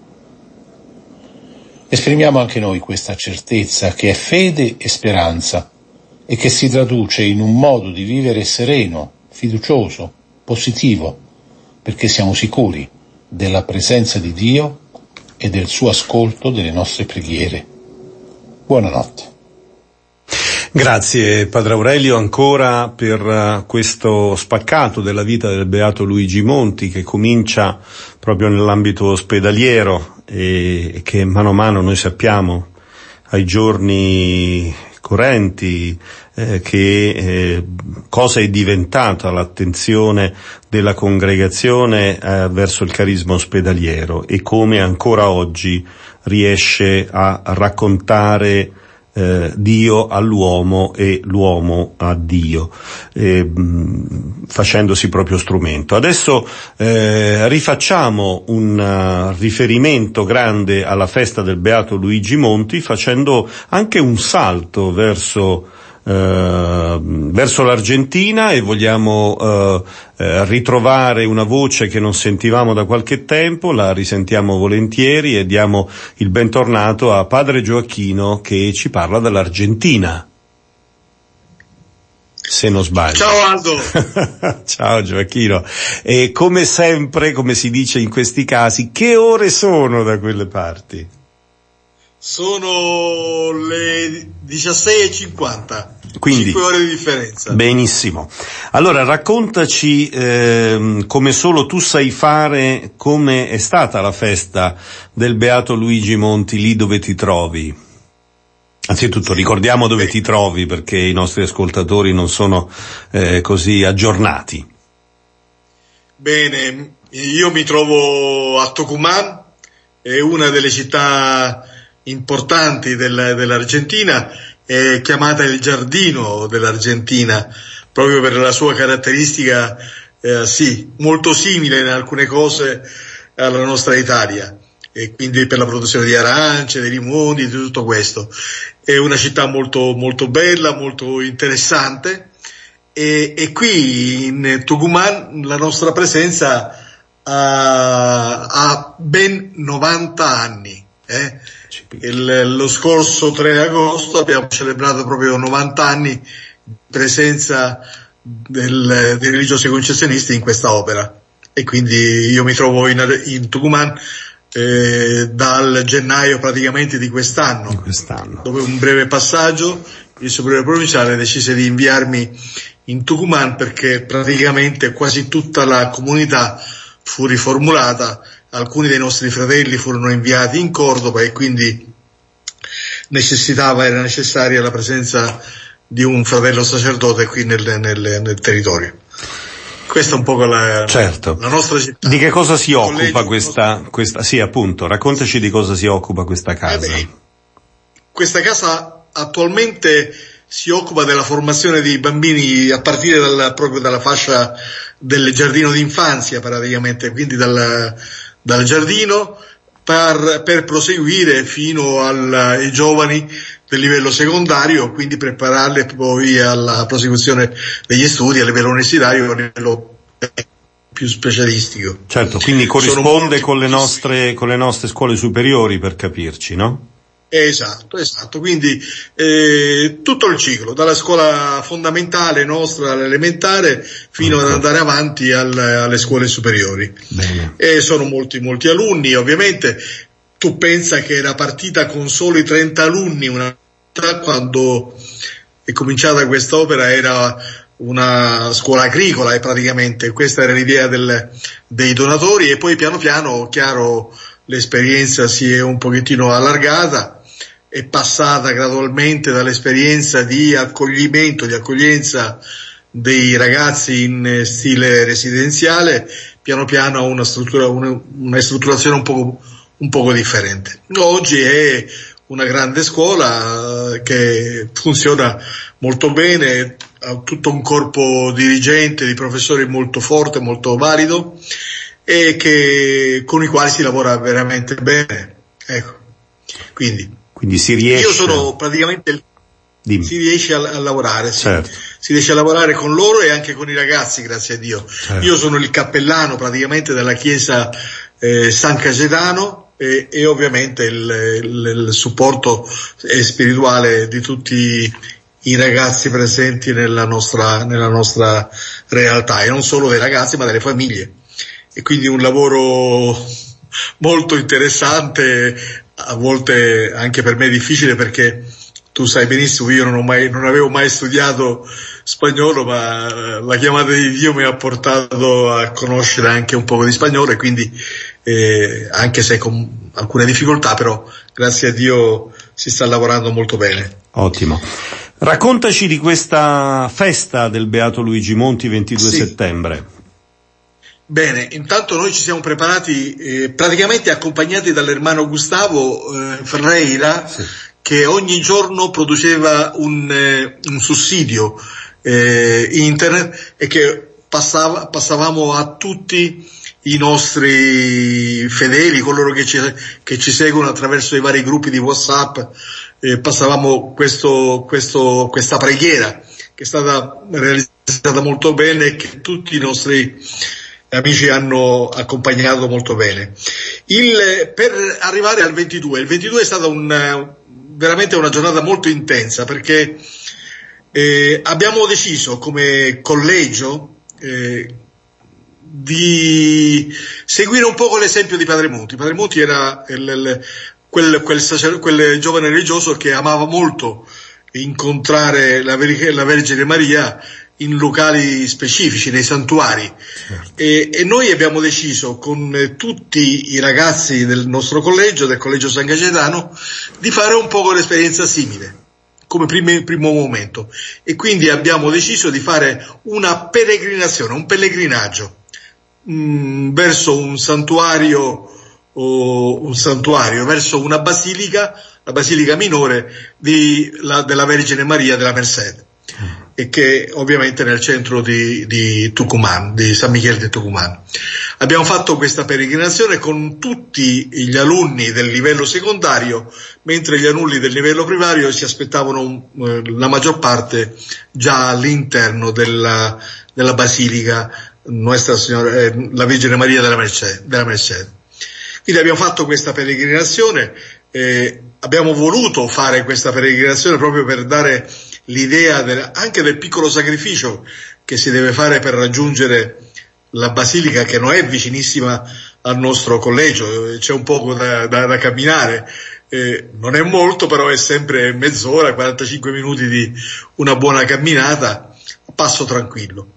Esprimiamo anche noi questa certezza che è fede e speranza e che si traduce in un modo di vivere sereno, fiducioso, positivo, perché siamo sicuri della presenza di Dio e del suo ascolto delle nostre preghiere. Buonanotte. Grazie Padre Aurelio ancora per questo spaccato della vita del beato Luigi Monti, che comincia proprio nell'ambito ospedaliero e che mano a mano noi sappiamo ai giorni correnti cosa è diventata l'attenzione della congregazione verso il carisma ospedaliero e come ancora oggi riesce a raccontare Dio all'uomo e l'uomo a Dio, facendosi proprio strumento. Adesso rifacciamo un riferimento grande alla festa del beato Luigi Monti, facendo anche un salto verso l'Argentina, e vogliamo ritrovare una voce che non sentivamo da qualche tempo. La risentiamo volentieri e diamo il bentornato a Padre Gioacchino, che ci parla dall'Argentina, se non sbaglio. Ciao Aldo. Ciao Gioacchino. E come sempre, come si dice in questi casi, che ore sono da quelle parti? Sono le 16:50. Quindi 5 ore di differenza. Benissimo. Allora raccontaci come solo tu sai fare, come è stata la festa del beato Luigi Monti lì dove ti trovi. Anzitutto ricordiamo dove ti trovi, perché i nostri ascoltatori non sono così aggiornati. Bene, io mi trovo a Tucumán, è una delle città importanti dell'Argentina, è chiamata il giardino dell'Argentina, proprio per la sua caratteristica, molto simile in alcune cose alla nostra Italia, e quindi per la produzione di arance, dei limoni, di tutto questo. È una città molto, molto bella, molto interessante, e qui in Tucumán la nostra presenza ha ben 90 anni. Lo scorso 3 agosto abbiamo celebrato proprio 90 anni di presenza dei religiosi concessionisti in questa opera, e quindi io mi trovo in Tucumán dal gennaio praticamente di quest'anno, dove un breve passaggio il superiore provinciale decise di inviarmi in Tucumán perché praticamente quasi tutta la comunità fu riformulata, alcuni dei nostri fratelli furono inviati in Cordoba e quindi era necessaria la presenza di un fratello sacerdote qui nel territorio. Questa è un po' la nostra città. Di che cosa si occupa questa? Sì, appunto, raccontaci di cosa si occupa questa casa. Questa casa attualmente si occupa della formazione dei bambini a partire proprio dalla fascia del giardino d'infanzia praticamente, quindi dal giardino per proseguire fino ai giovani del livello secondario, quindi prepararli poi alla prosecuzione degli studi a livello universitario, a livello più specialistico. Certo, quindi corrisponde con le nostre scuole superiori, per capirci, no? Esatto, quindi tutto il ciclo, dalla scuola fondamentale nostra all'elementare fino ad andare avanti alle scuole superiori. Bene. E sono molti alunni, ovviamente. Tu pensa che era partita con soli 30 alunni quando è cominciata quest'opera, era una scuola agricola, e praticamente questa era l'idea dei donatori, e poi piano piano, chiaro, l'esperienza si è un pochettino allargata, è passata gradualmente dall'esperienza di accoglienza dei ragazzi in stile residenziale, piano piano a una strutturazione un poco differente. Oggi è una grande scuola che funziona molto bene, ha tutto un corpo dirigente di professori molto forte, molto valido, e con i quali si lavora veramente bene. Ecco. Quindi si riesce. Io sono praticamente si riesce a lavorare, sì. Certo. Si riesce a lavorare con loro e anche con i ragazzi, grazie a Dio. Certo. Io sono il cappellano praticamente della chiesa San Cagetano, e ovviamente il supporto spirituale di tutti i ragazzi presenti nella nostra realtà, e non solo dei ragazzi ma delle famiglie, e quindi un lavoro molto interessante, a volte anche per me difficile, perché tu sai benissimo, io non avevo mai studiato spagnolo, ma la chiamata di Dio mi ha portato a conoscere anche un po' di spagnolo, e quindi anche se con alcune difficoltà, però grazie a Dio si sta lavorando molto bene. Ottimo. Raccontaci di questa festa del Beato Luigi Monti 22 settembre. Bene, intanto noi ci siamo preparati praticamente accompagnati dall'ermano Gustavo Ferreira, che ogni giorno produceva un sussidio internet, e che passavamo a tutti i nostri fedeli, coloro che ci seguono attraverso i vari gruppi di WhatsApp, passavamo questa preghiera, che è stata realizzata molto bene e che tutti i nostri amici hanno accompagnato molto bene. Per arrivare al 22, il 22 è stata veramente una giornata molto intensa, perché abbiamo deciso come collegio di seguire un po' l'esempio di Padre Monti. Padre Monti era quel giovane religioso che amava molto incontrare la Vergine Maria in locali specifici, nei santuari. Certo. E noi abbiamo deciso con tutti i ragazzi del nostro collegio, del collegio San Cagetano, di fare un po' l'esperienza simile, come primo momento. E quindi abbiamo deciso di fare una peregrinazione, un pellegrinaggio verso un santuario, verso una basilica, la basilica minore della Vergine Maria della Merced, e che ovviamente è nel centro di Tucumán, di San Miguel de Tucumán. Abbiamo fatto questa peregrinazione con tutti gli alunni del livello secondario, mentre gli alunni del livello primario si aspettavano la maggior parte già all'interno della basilica Nostra Signora, la Vergine Maria della Merced. Quindi abbiamo fatto questa peregrinazione abbiamo voluto fare questa peregrinazione proprio per dare l'idea anche del piccolo sacrificio che si deve fare per raggiungere la basilica, che non è vicinissima al nostro collegio, c'è un poco da camminare, non è molto, però è sempre mezz'ora, 45 minuti di una buona camminata, passo tranquillo.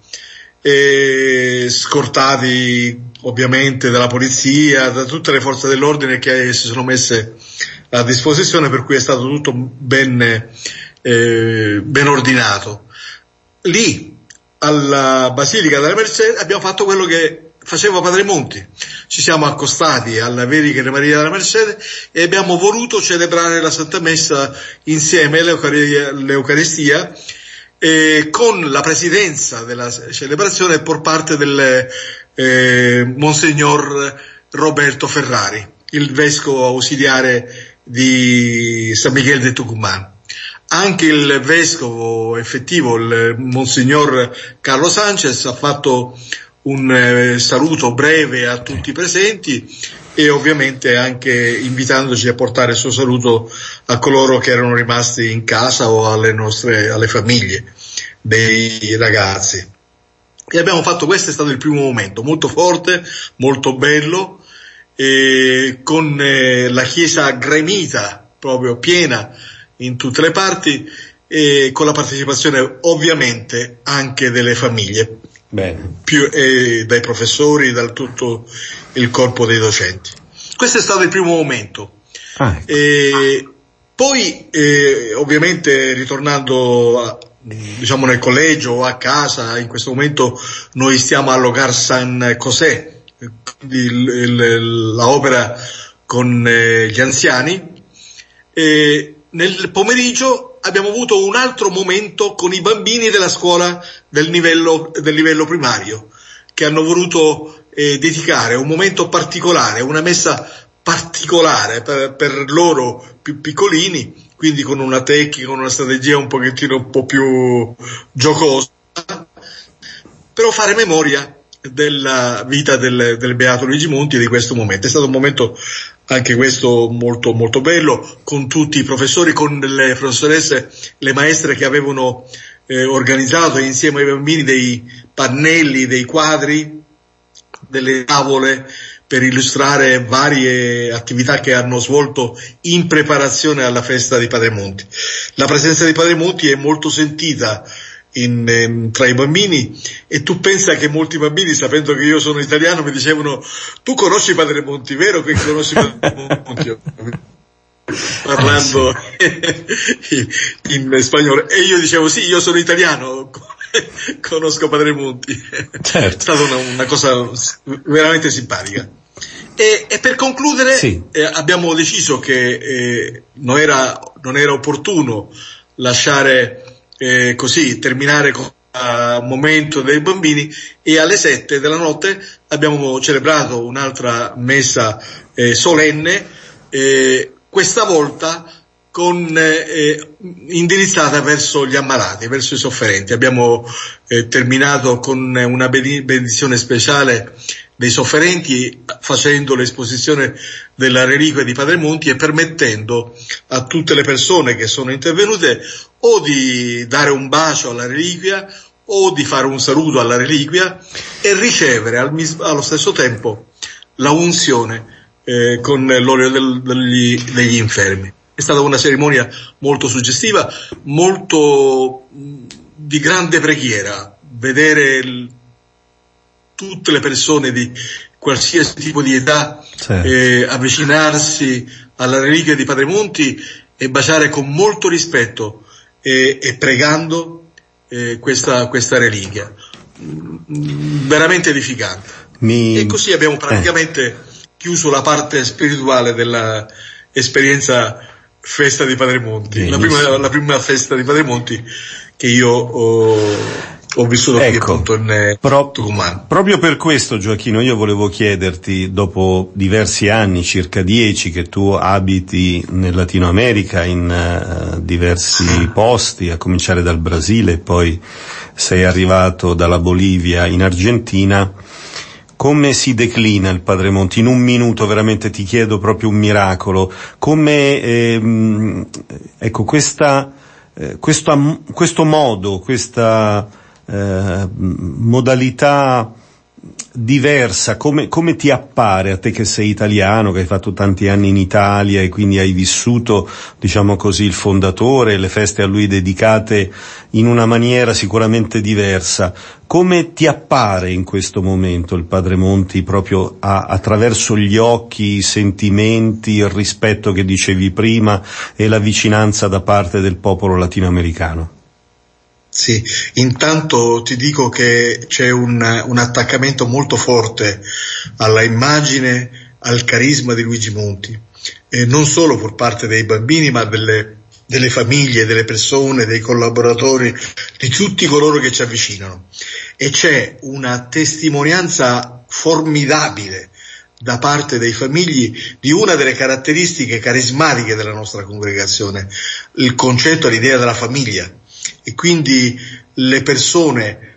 Scortati ovviamente dalla polizia, da tutte le forze dell'ordine che si sono messe a disposizione, per cui è stato tutto ben ordinato. Lì alla Basilica della Mercede abbiamo fatto quello che faceva Padre Monti, ci siamo accostati alla Vergine Maria della Mercede e abbiamo voluto celebrare la Santa Messa insieme all'Eucaristia, con la presidenza della celebrazione per parte del Monsignor Roberto Ferrari, il vescovo ausiliare di San Miguel de Tucumán. Anche il vescovo effettivo, il Monsignor Carlo Sanchez, ha fatto un saluto breve a tutti i presenti e ovviamente anche invitandoci a portare il suo saluto a coloro che erano rimasti in casa o alle famiglie dei ragazzi. E abbiamo fatto, questo è stato il primo momento, molto forte, molto bello, con la chiesa gremita, proprio piena in tutte le parti, e con la partecipazione ovviamente anche delle famiglie, dai professori, da tutto il corpo dei docenti. Questo è stato il primo momento. Poi ovviamente ovviamente diciamo nel collegio o a casa, in questo momento noi stiamo all'Hogar San José, la opera con gli anziani, e nel pomeriggio abbiamo avuto un altro momento con i bambini della scuola del livello primario, che hanno voluto dedicare un momento particolare, una messa particolare per loro più piccolini, quindi con una tecnica, con una strategia un po' più giocosa, però fare memoria della vita del Beato Luigi Monti e di questo momento. È stato un momento anche questo molto molto bello, con tutti i professori, con le professoresse, le maestre che avevano organizzato insieme ai bambini dei pannelli, dei quadri, delle tavole per illustrare varie attività che hanno svolto in preparazione alla festa di Padre Monti. La presenza di Padre Monti è molto sentita tra i bambini, e tu pensa che molti bambini, sapendo che io sono italiano, mi dicevano: tu conosci Padre Monti, vero che conosci Padre Monti? Parlando in spagnolo, e io dicevo: sì, io sono italiano, conosco Padre Monti. Certo. È stata una cosa veramente simpatica. E per concludere, sì, abbiamo deciso che non era opportuno lasciare così terminare con il momento dei bambini, e alle 7 della notte abbiamo celebrato un'altra messa solenne, questa volta indirizzata verso gli ammalati, verso i sofferenti. Abbiamo terminato con una benedizione speciale dei sofferenti, facendo l'esposizione della reliquia di Padre Monti e permettendo a tutte le persone che sono intervenute o di dare un bacio alla reliquia o di fare un saluto alla reliquia e ricevere allo stesso tempo la unzione con l'olio degli infermi. È stata una cerimonia molto suggestiva, molto di grande preghiera, vedere tutte le persone di qualsiasi tipo di età avvicinarsi alla reliquia di Padre Monti e baciare con molto rispetto e pregando questa reliquia, veramente edificante. E così abbiamo praticamente chiuso la parte spirituale della esperienza festa di Padre Monti, la prima festa di Padre Monti che io ho vissuto qui appunto in Tucumán. Proprio per questo, Gioacchino, io volevo chiederti, dopo diversi anni, circa 10, che tu abiti nel Latino America in diversi posti, a cominciare dal Brasile, poi sei arrivato dalla Bolivia in Argentina, come si declina il Padre Monti? In un minuto veramente ti chiedo proprio un miracolo. Come, ecco, questo modo, questa modalità diversa, come ti appare a te che sei italiano, che hai fatto tanti anni in Italia e quindi hai vissuto, diciamo così, il fondatore, le feste a lui dedicate in una maniera sicuramente diversa? Come ti appare in questo momento il Padre Monti proprio attraverso gli occhi, i sentimenti, il rispetto che dicevi prima e la vicinanza da parte del popolo latinoamericano? Sì, intanto ti dico che c'è un attaccamento molto forte alla immagine, al carisma di Luigi Monti, e non solo per parte dei bambini, ma delle famiglie, delle persone, dei collaboratori, di tutti coloro che ci avvicinano. E c'è una testimonianza formidabile da parte dei famigli di una delle caratteristiche carismatiche della nostra congregazione, il concetto e l'idea della famiglia. E quindi le persone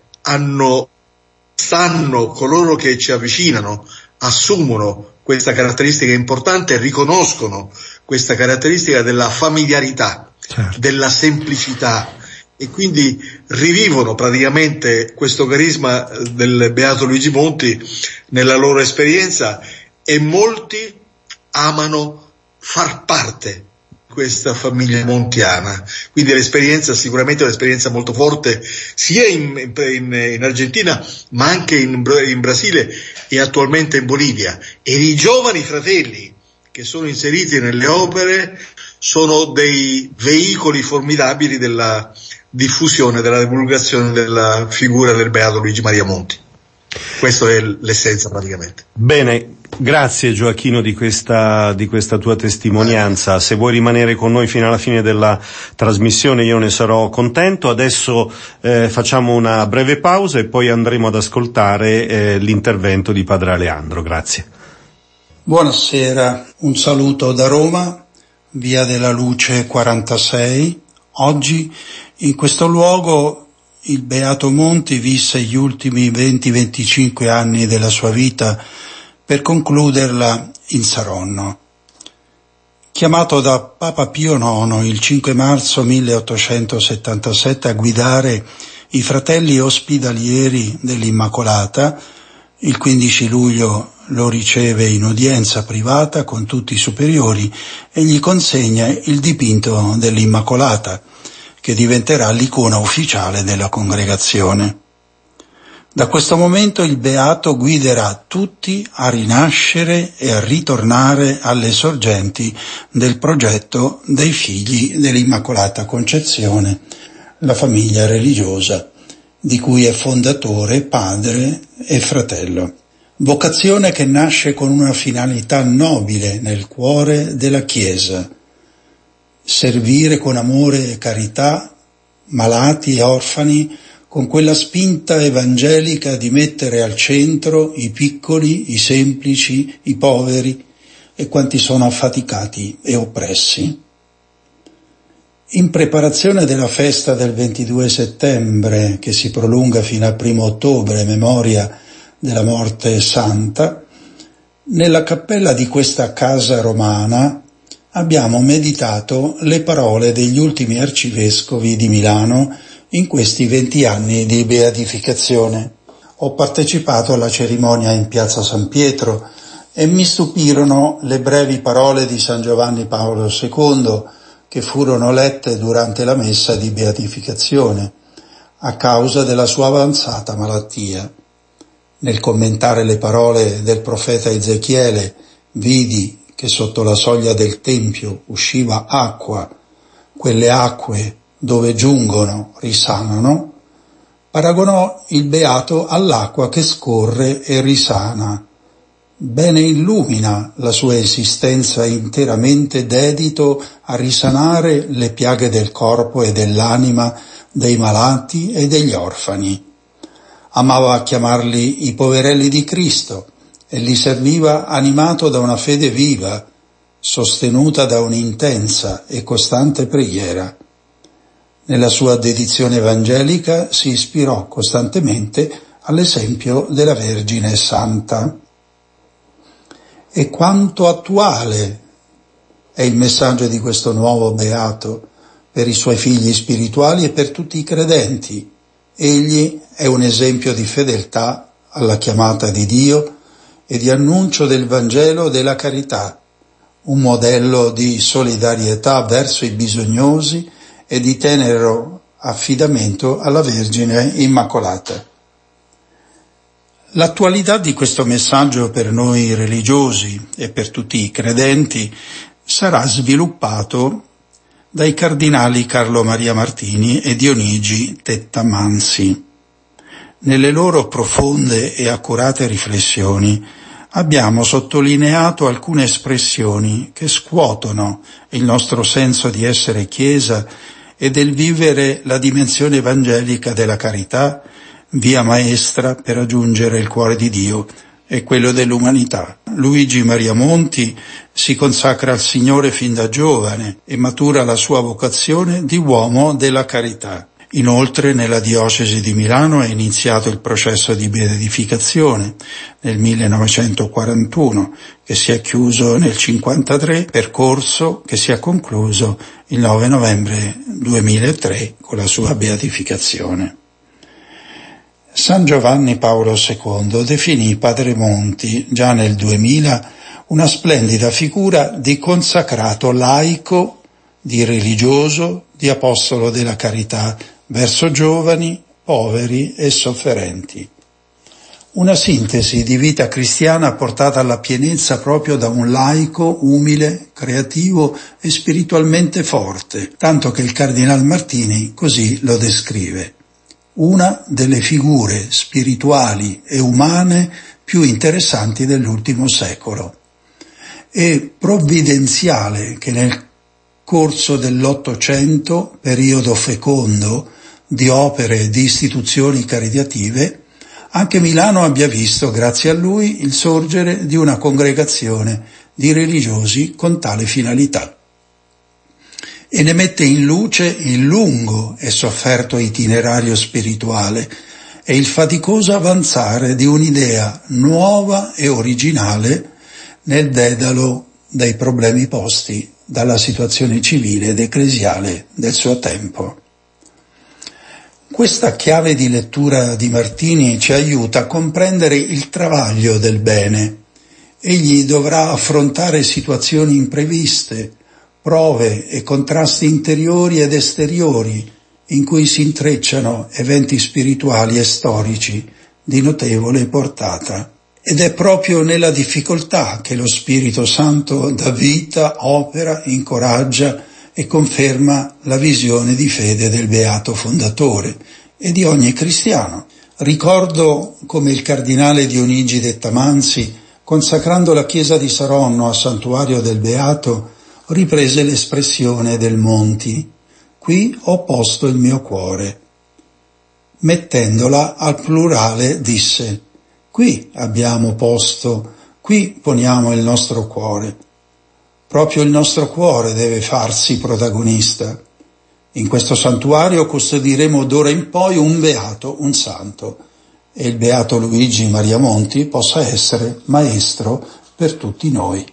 sanno, coloro che ci avvicinano, assumono questa caratteristica importante e riconoscono questa caratteristica della familiarità, certo, della semplicità, e quindi rivivono praticamente questo carisma del Beato Luigi Monti nella loro esperienza, e molti amano far parte questa famiglia montiana. Quindi l'esperienza, sicuramente è un'esperienza molto forte sia in Argentina, ma anche in Brasile e attualmente in Bolivia. E i giovani fratelli che sono inseriti nelle opere sono dei veicoli formidabili della diffusione, della divulgazione della figura del Beato Luigi Maria Monti. Questa è l'essenza praticamente. Bene, grazie Gioacchino di questa tua testimonianza. Se vuoi rimanere con noi fino alla fine della trasmissione io ne sarò contento. Adesso facciamo una breve pausa e poi andremo ad ascoltare l'intervento di Padre Aleandro. Grazie. Buonasera, un saluto da Roma, Via della Luce 46. Oggi in questo luogo il Beato Monti visse gli ultimi 20-25 anni della sua vita per concluderla in Saronno. Chiamato da Papa Pio IX il 5 marzo 1877 a guidare i fratelli ospedalieri dell'Immacolata, il 15 luglio lo riceve in udienza privata con tutti i superiori e gli consegna il dipinto dell'Immacolata, che diventerà l'icona ufficiale della congregazione. Da questo momento il Beato guiderà tutti a rinascere e a ritornare alle sorgenti del progetto dei figli dell'Immacolata Concezione, la famiglia religiosa, di cui è fondatore, padre e fratello. Vocazione che nasce con una finalità nobile nel cuore della Chiesa: servire con amore e carità malati e orfani, con quella spinta evangelica di mettere al centro i piccoli, i semplici, i poveri e quanti sono affaticati e oppressi. In preparazione della festa del 22 settembre, che si prolunga fino al 1 ottobre, memoria della morte santa, nella cappella di questa casa romana abbiamo meditato le parole degli ultimi arcivescovi di Milano in questi 20 anni di beatificazione. Ho partecipato alla cerimonia in piazza San Pietro e mi stupirono le brevi parole di San Giovanni Paolo II che furono lette durante la messa di beatificazione a causa della sua avanzata malattia. Nel commentare le parole del profeta Ezechiele, vidi che sotto la soglia del Tempio usciva acqua, quelle acque dove giungono risanano, paragonò il Beato all'acqua che scorre e risana. Bene illumina la sua esistenza interamente dedito a risanare le piaghe del corpo e dell'anima dei malati e degli orfani. Amava chiamarli i poverelli di Cristo e li serviva animato da una fede viva, sostenuta da un'intensa e costante preghiera. Nella sua dedizione evangelica si ispirò costantemente all'esempio della Vergine Santa. E quanto attuale è il messaggio di questo nuovo beato per i suoi figli spirituali e per tutti i credenti. Egli è un esempio di fedeltà alla chiamata di Dio e di annuncio del Vangelo della carità, un modello di solidarietà verso i bisognosi e di tenero affidamento alla Vergine Immacolata. L'attualità di questo messaggio per noi religiosi e per tutti i credenti sarà sviluppato dai cardinali Carlo Maria Martini e Dionigi Tettamanzi. Nelle loro profonde e accurate riflessioni abbiamo sottolineato alcune espressioni che scuotono il nostro senso di essere Chiesa e del vivere la dimensione evangelica della carità, via maestra per raggiungere il cuore di Dio e quello dell'umanità. Luigi Maria Monti si consacra al Signore fin da giovane e matura la sua vocazione di uomo della carità. Inoltre nella diocesi di Milano è iniziato il processo di beatificazione nel 1941, che si è chiuso nel 1953, percorso che si è concluso il 9 novembre 2003 con la sua beatificazione. San Giovanni Paolo II definì Padre Monti già nel 2000 una splendida figura di consacrato laico, di religioso, di apostolo della carità verso giovani, poveri e sofferenti. Una sintesi di vita cristiana portata alla pienezza proprio da un laico umile, creativo e spiritualmente forte, tanto che il Cardinal Martini così lo descrive. Una delle figure spirituali e umane più interessanti dell'ultimo secolo. È provvidenziale che nel corso dell'Ottocento, periodo fecondo di opere e di istituzioni caritative, anche Milano abbia visto, grazie a lui, il sorgere di una congregazione di religiosi con tale finalità. E ne mette in luce il lungo e sofferto itinerario spirituale e il faticoso avanzare di un'idea nuova e originale nel dedalo dei problemi posti dalla situazione civile ed ecclesiale del suo tempo. Questa chiave di lettura di Martini ci aiuta a comprendere il travaglio del bene. Egli dovrà affrontare situazioni impreviste, prove e contrasti interiori ed esteriori in cui si intrecciano eventi spirituali e storici di notevole portata. Ed è proprio nella difficoltà che lo Spirito Santo dà vita, opera, incoraggia e conferma la visione di fede del beato fondatore e di ogni cristiano. Ricordo come il cardinale Dionigi Tettamanzi, consacrando la chiesa di Saronno a santuario del beato, riprese l'espressione del Monti: «Qui ho posto il mio cuore». Mettendola al plurale disse: «Qui abbiamo posto, qui poniamo il nostro cuore». Proprio il nostro cuore deve farsi protagonista. In questo santuario custodiremo d'ora in poi un beato, un santo, e il beato Luigi Maria Monti possa essere maestro per tutti noi.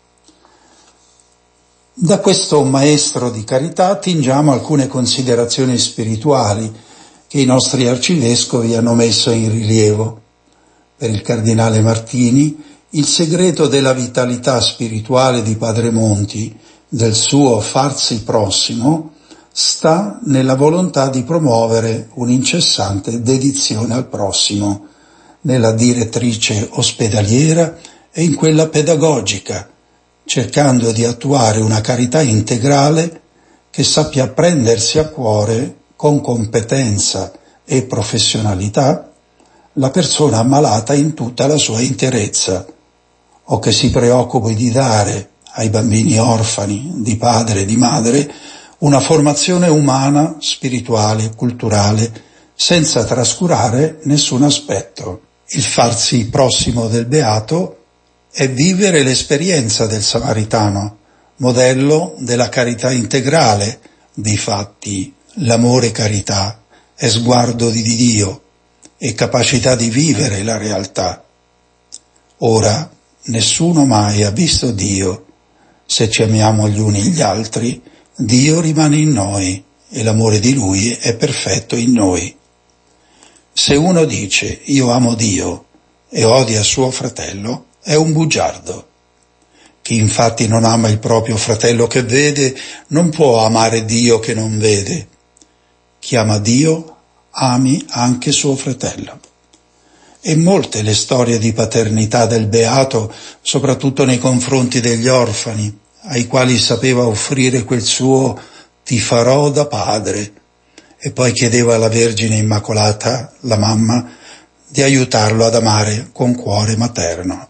Da questo maestro di carità attingiamo alcune considerazioni spirituali che i nostri arcivescovi hanno messo in rilievo. Per il cardinale Martini, il segreto della vitalità spirituale di Padre Monti, del suo farsi prossimo, sta nella volontà di promuovere un'incessante dedizione al prossimo, nella direttrice ospedaliera e in quella pedagogica, cercando di attuare una carità integrale che sappia prendersi a cuore con competenza e professionalità la persona ammalata in tutta la sua interezza, o che si preoccupi di dare ai bambini orfani di padre e di madre una formazione umana, spirituale, culturale, senza trascurare nessun aspetto. Il farsi prossimo del beato è vivere l'esperienza del samaritano, modello della carità integrale. Difatti, l'amore carità è sguardo di Dio e capacità di vivere la realtà. Ora, nessuno mai ha visto Dio. Se ci amiamo gli uni gli altri, Dio rimane in noi e l'amore di Lui è perfetto in noi. Se uno dice io amo Dio e odia suo fratello, è un bugiardo. Chi infatti non ama il proprio fratello che vede, non può amare Dio che non vede. Chi ama Dio, ami anche suo fratello. E molte le storie di paternità del Beato, soprattutto nei confronti degli orfani, ai quali sapeva offrire quel suo «ti farò da padre», e poi chiedeva alla Vergine Immacolata, la mamma, di aiutarlo ad amare con cuore materno.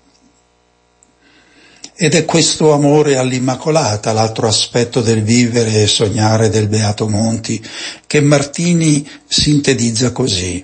Ed è questo amore all'Immacolata l'altro aspetto del vivere e sognare del Beato Monti, che Martini sintetizza così.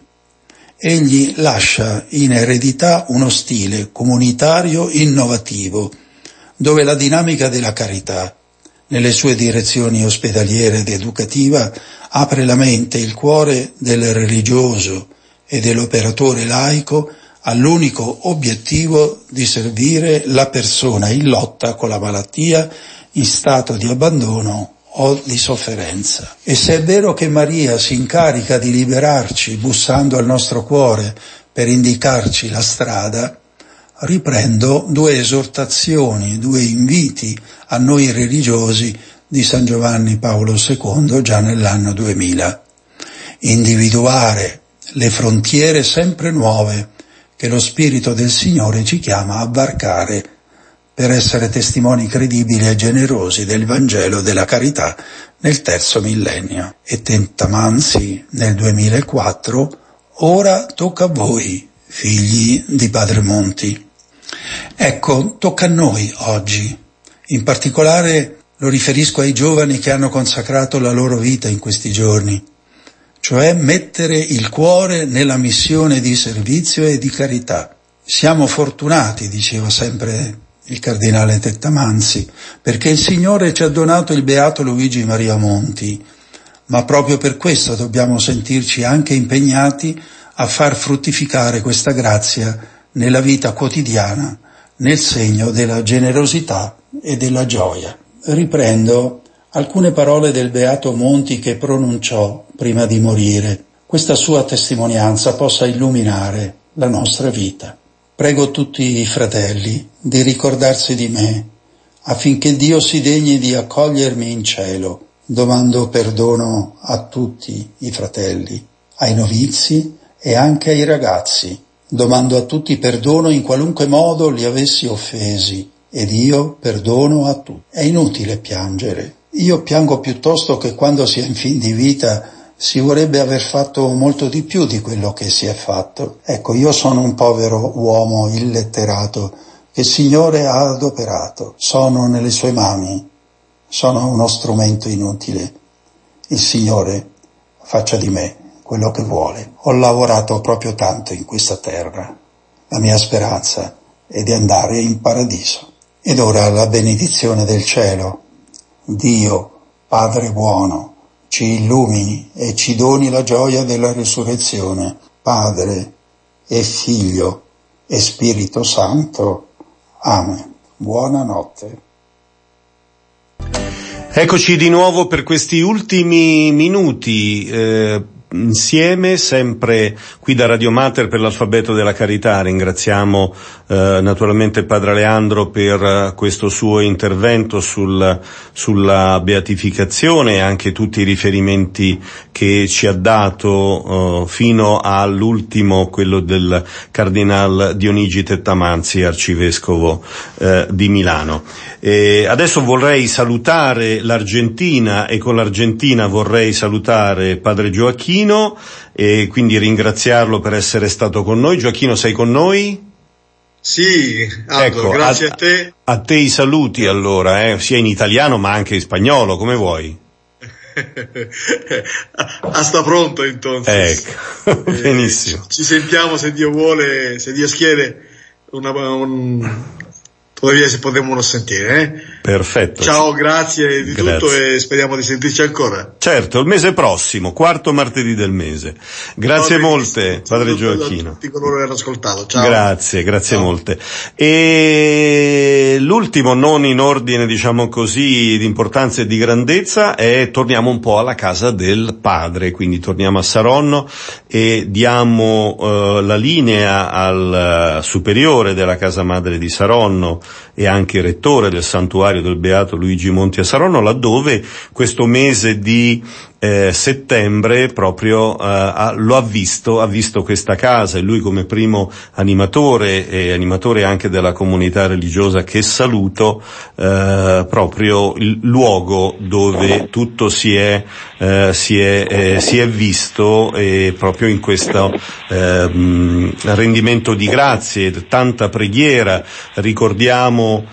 Egli lascia in eredità uno stile comunitario innovativo, dove la dinamica della carità, nelle sue direzioni ospedaliera ed educativa, apre la mente e il cuore del religioso e dell'operatore laico all'unico obiettivo di servire la persona in lotta con la malattia, in stato di abbandono o di sofferenza. E se è vero che Maria si incarica di liberarci bussando al nostro cuore per indicarci la strada, riprendo due esortazioni, due inviti a noi religiosi di San Giovanni Paolo II già nell'anno 2000. Individuare le frontiere sempre nuove che lo Spirito del Signore ci chiama a varcare per essere testimoni credibili e generosi del Vangelo della carità nel terzo millennio. E Tentamanzi nel 2004, ora tocca a voi, figli di Padre Monti. Ecco, tocca a noi oggi. In particolare lo riferisco ai giovani che hanno consacrato la loro vita in questi giorni, cioè mettere il cuore nella missione di servizio e di carità. Siamo fortunati, diceva sempre il cardinale Tettamanzi, perché il Signore ci ha donato il Beato Luigi Maria Monti, ma proprio per questo dobbiamo sentirci anche impegnati a far fruttificare questa grazia nella vita quotidiana, nel segno della generosità e della gioia. Riprendo alcune parole del Beato Monti che pronunciò prima di morire. Questa sua testimonianza possa illuminare la nostra vita. Prego tutti i fratelli di ricordarsi di me, affinché Dio si degni di accogliermi in cielo. Domando perdono a tutti i fratelli, ai novizi e anche ai ragazzi. Domando a tutti perdono in qualunque modo li avessi offesi, ed io perdono a tutti. È inutile piangere. Io piango piuttosto che quando si è in fin di vita si vorrebbe aver fatto molto di più di quello che si è fatto. Ecco, io sono un povero uomo illetterato che il Signore ha adoperato. Sono nelle sue mani, sono uno strumento inutile. Il Signore faccia di me quello che vuole. Ho lavorato proprio tanto in questa terra. La mia speranza è di andare in paradiso. Ed ora la benedizione del cielo. Dio, Padre buono, ci illumini e ci doni la gioia della risurrezione, Padre e Figlio e Spirito Santo. Amen. Buonanotte. Eccoci di nuovo per questi ultimi minuti insieme, sempre qui da Radio Mater per l'Alfabeto della Carità. Ringraziamo naturalmente Padre Leandro per questo suo intervento sulla beatificazione e anche tutti i riferimenti che ci ha dato fino all'ultimo, quello del Cardinal Dionigi Tettamanzi, arcivescovo di Milano. Adesso vorrei salutare l'Argentina e con l'Argentina vorrei salutare Padre Gioacchino e quindi ringraziarlo per essere stato con noi. Gioacchino, sei con noi? Sì, Aldo, ecco, grazie a te. A te i saluti allora, sia in italiano ma anche in spagnolo, come vuoi. Hasta pronto, entonces. Ecco, benissimo. Ci sentiamo, se Dio vuole, se Dio schiere, todavía se podemos sentire. Perfetto. Ciao, grazie di tutto e speriamo di sentirci ancora. Certo, il mese prossimo, quarto martedì del mese. Grazie molte, padre Gioacchino. Tutti coloro che hanno ascoltato. Ciao. Grazie molte. E l'ultimo, non in ordine, diciamo così, di importanza e di grandezza, torniamo un po' alla casa del padre, quindi torniamo a Saronno e diamo la linea al superiore della casa madre di Saronno e anche rettore del santuario del Beato Luigi Monti a Saronno, laddove questo mese di settembre proprio lo ha visto questa casa, e lui come primo animatore e animatore anche della comunità religiosa che saluto, proprio il luogo dove tutto si è visto, e proprio in questo rendimento di grazie, tanta preghiera. Ricordiamo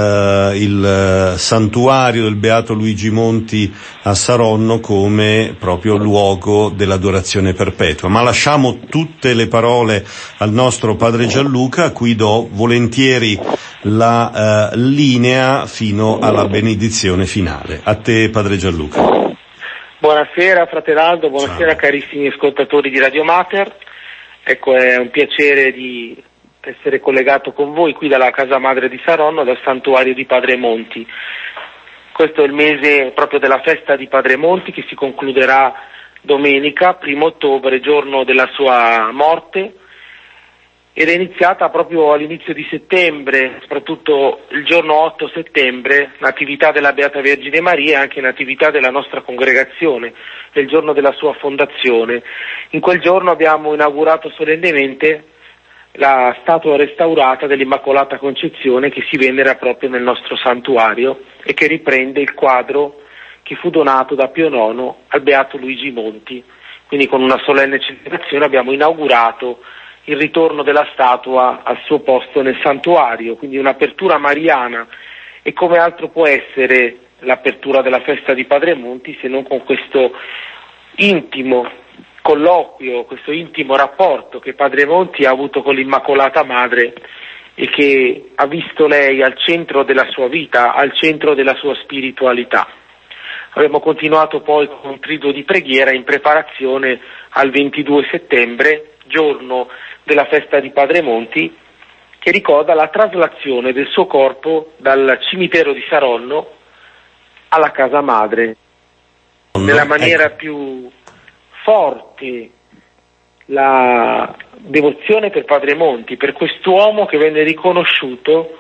il santuario del Beato Luigi Monti a Saronno come proprio luogo dell'adorazione perpetua. Ma lasciamo tutte le parole al nostro padre Gianluca, a cui do volentieri la linea fino alla benedizione finale. A te, padre Gianluca. Buonasera Fratelaldo, buonasera. Ciao. Carissimi ascoltatori di Radio Mater. Ecco, è un piacere di essere collegato con voi qui dalla casa madre di Saronno, dal santuario di Padre Monti. Questo è il mese proprio della festa di Padre Monti, che si concluderà domenica, 1 ottobre, giorno della sua morte, ed è iniziata proprio all'inizio di settembre, soprattutto il giorno 8 settembre, l'attività della Beata Vergine Maria e anche l'attività della nostra congregazione, è il giorno della sua fondazione. In quel giorno abbiamo inaugurato solennemente la statua restaurata dell'Immacolata Concezione, che si venera proprio nel nostro santuario e che riprende il quadro che fu donato da Pio IX al Beato Luigi Monti. Quindi con una solenne celebrazione abbiamo inaugurato il ritorno della statua al suo posto nel santuario, quindi un'apertura mariana. E come altro può essere l'apertura della festa di Padre Monti se non con questo intimo colloquio, questo intimo rapporto che Padre Monti ha avuto con l'Immacolata Madre e che ha visto lei al centro della sua vita, al centro della sua spiritualità. Abbiamo continuato poi con un triduo di preghiera in preparazione al 22 settembre, giorno della festa di Padre Monti, che ricorda la traslazione del suo corpo dal cimitero di Saronno alla casa madre. Nella maniera più forte la devozione per Padre Monti, per quest'uomo che venne riconosciuto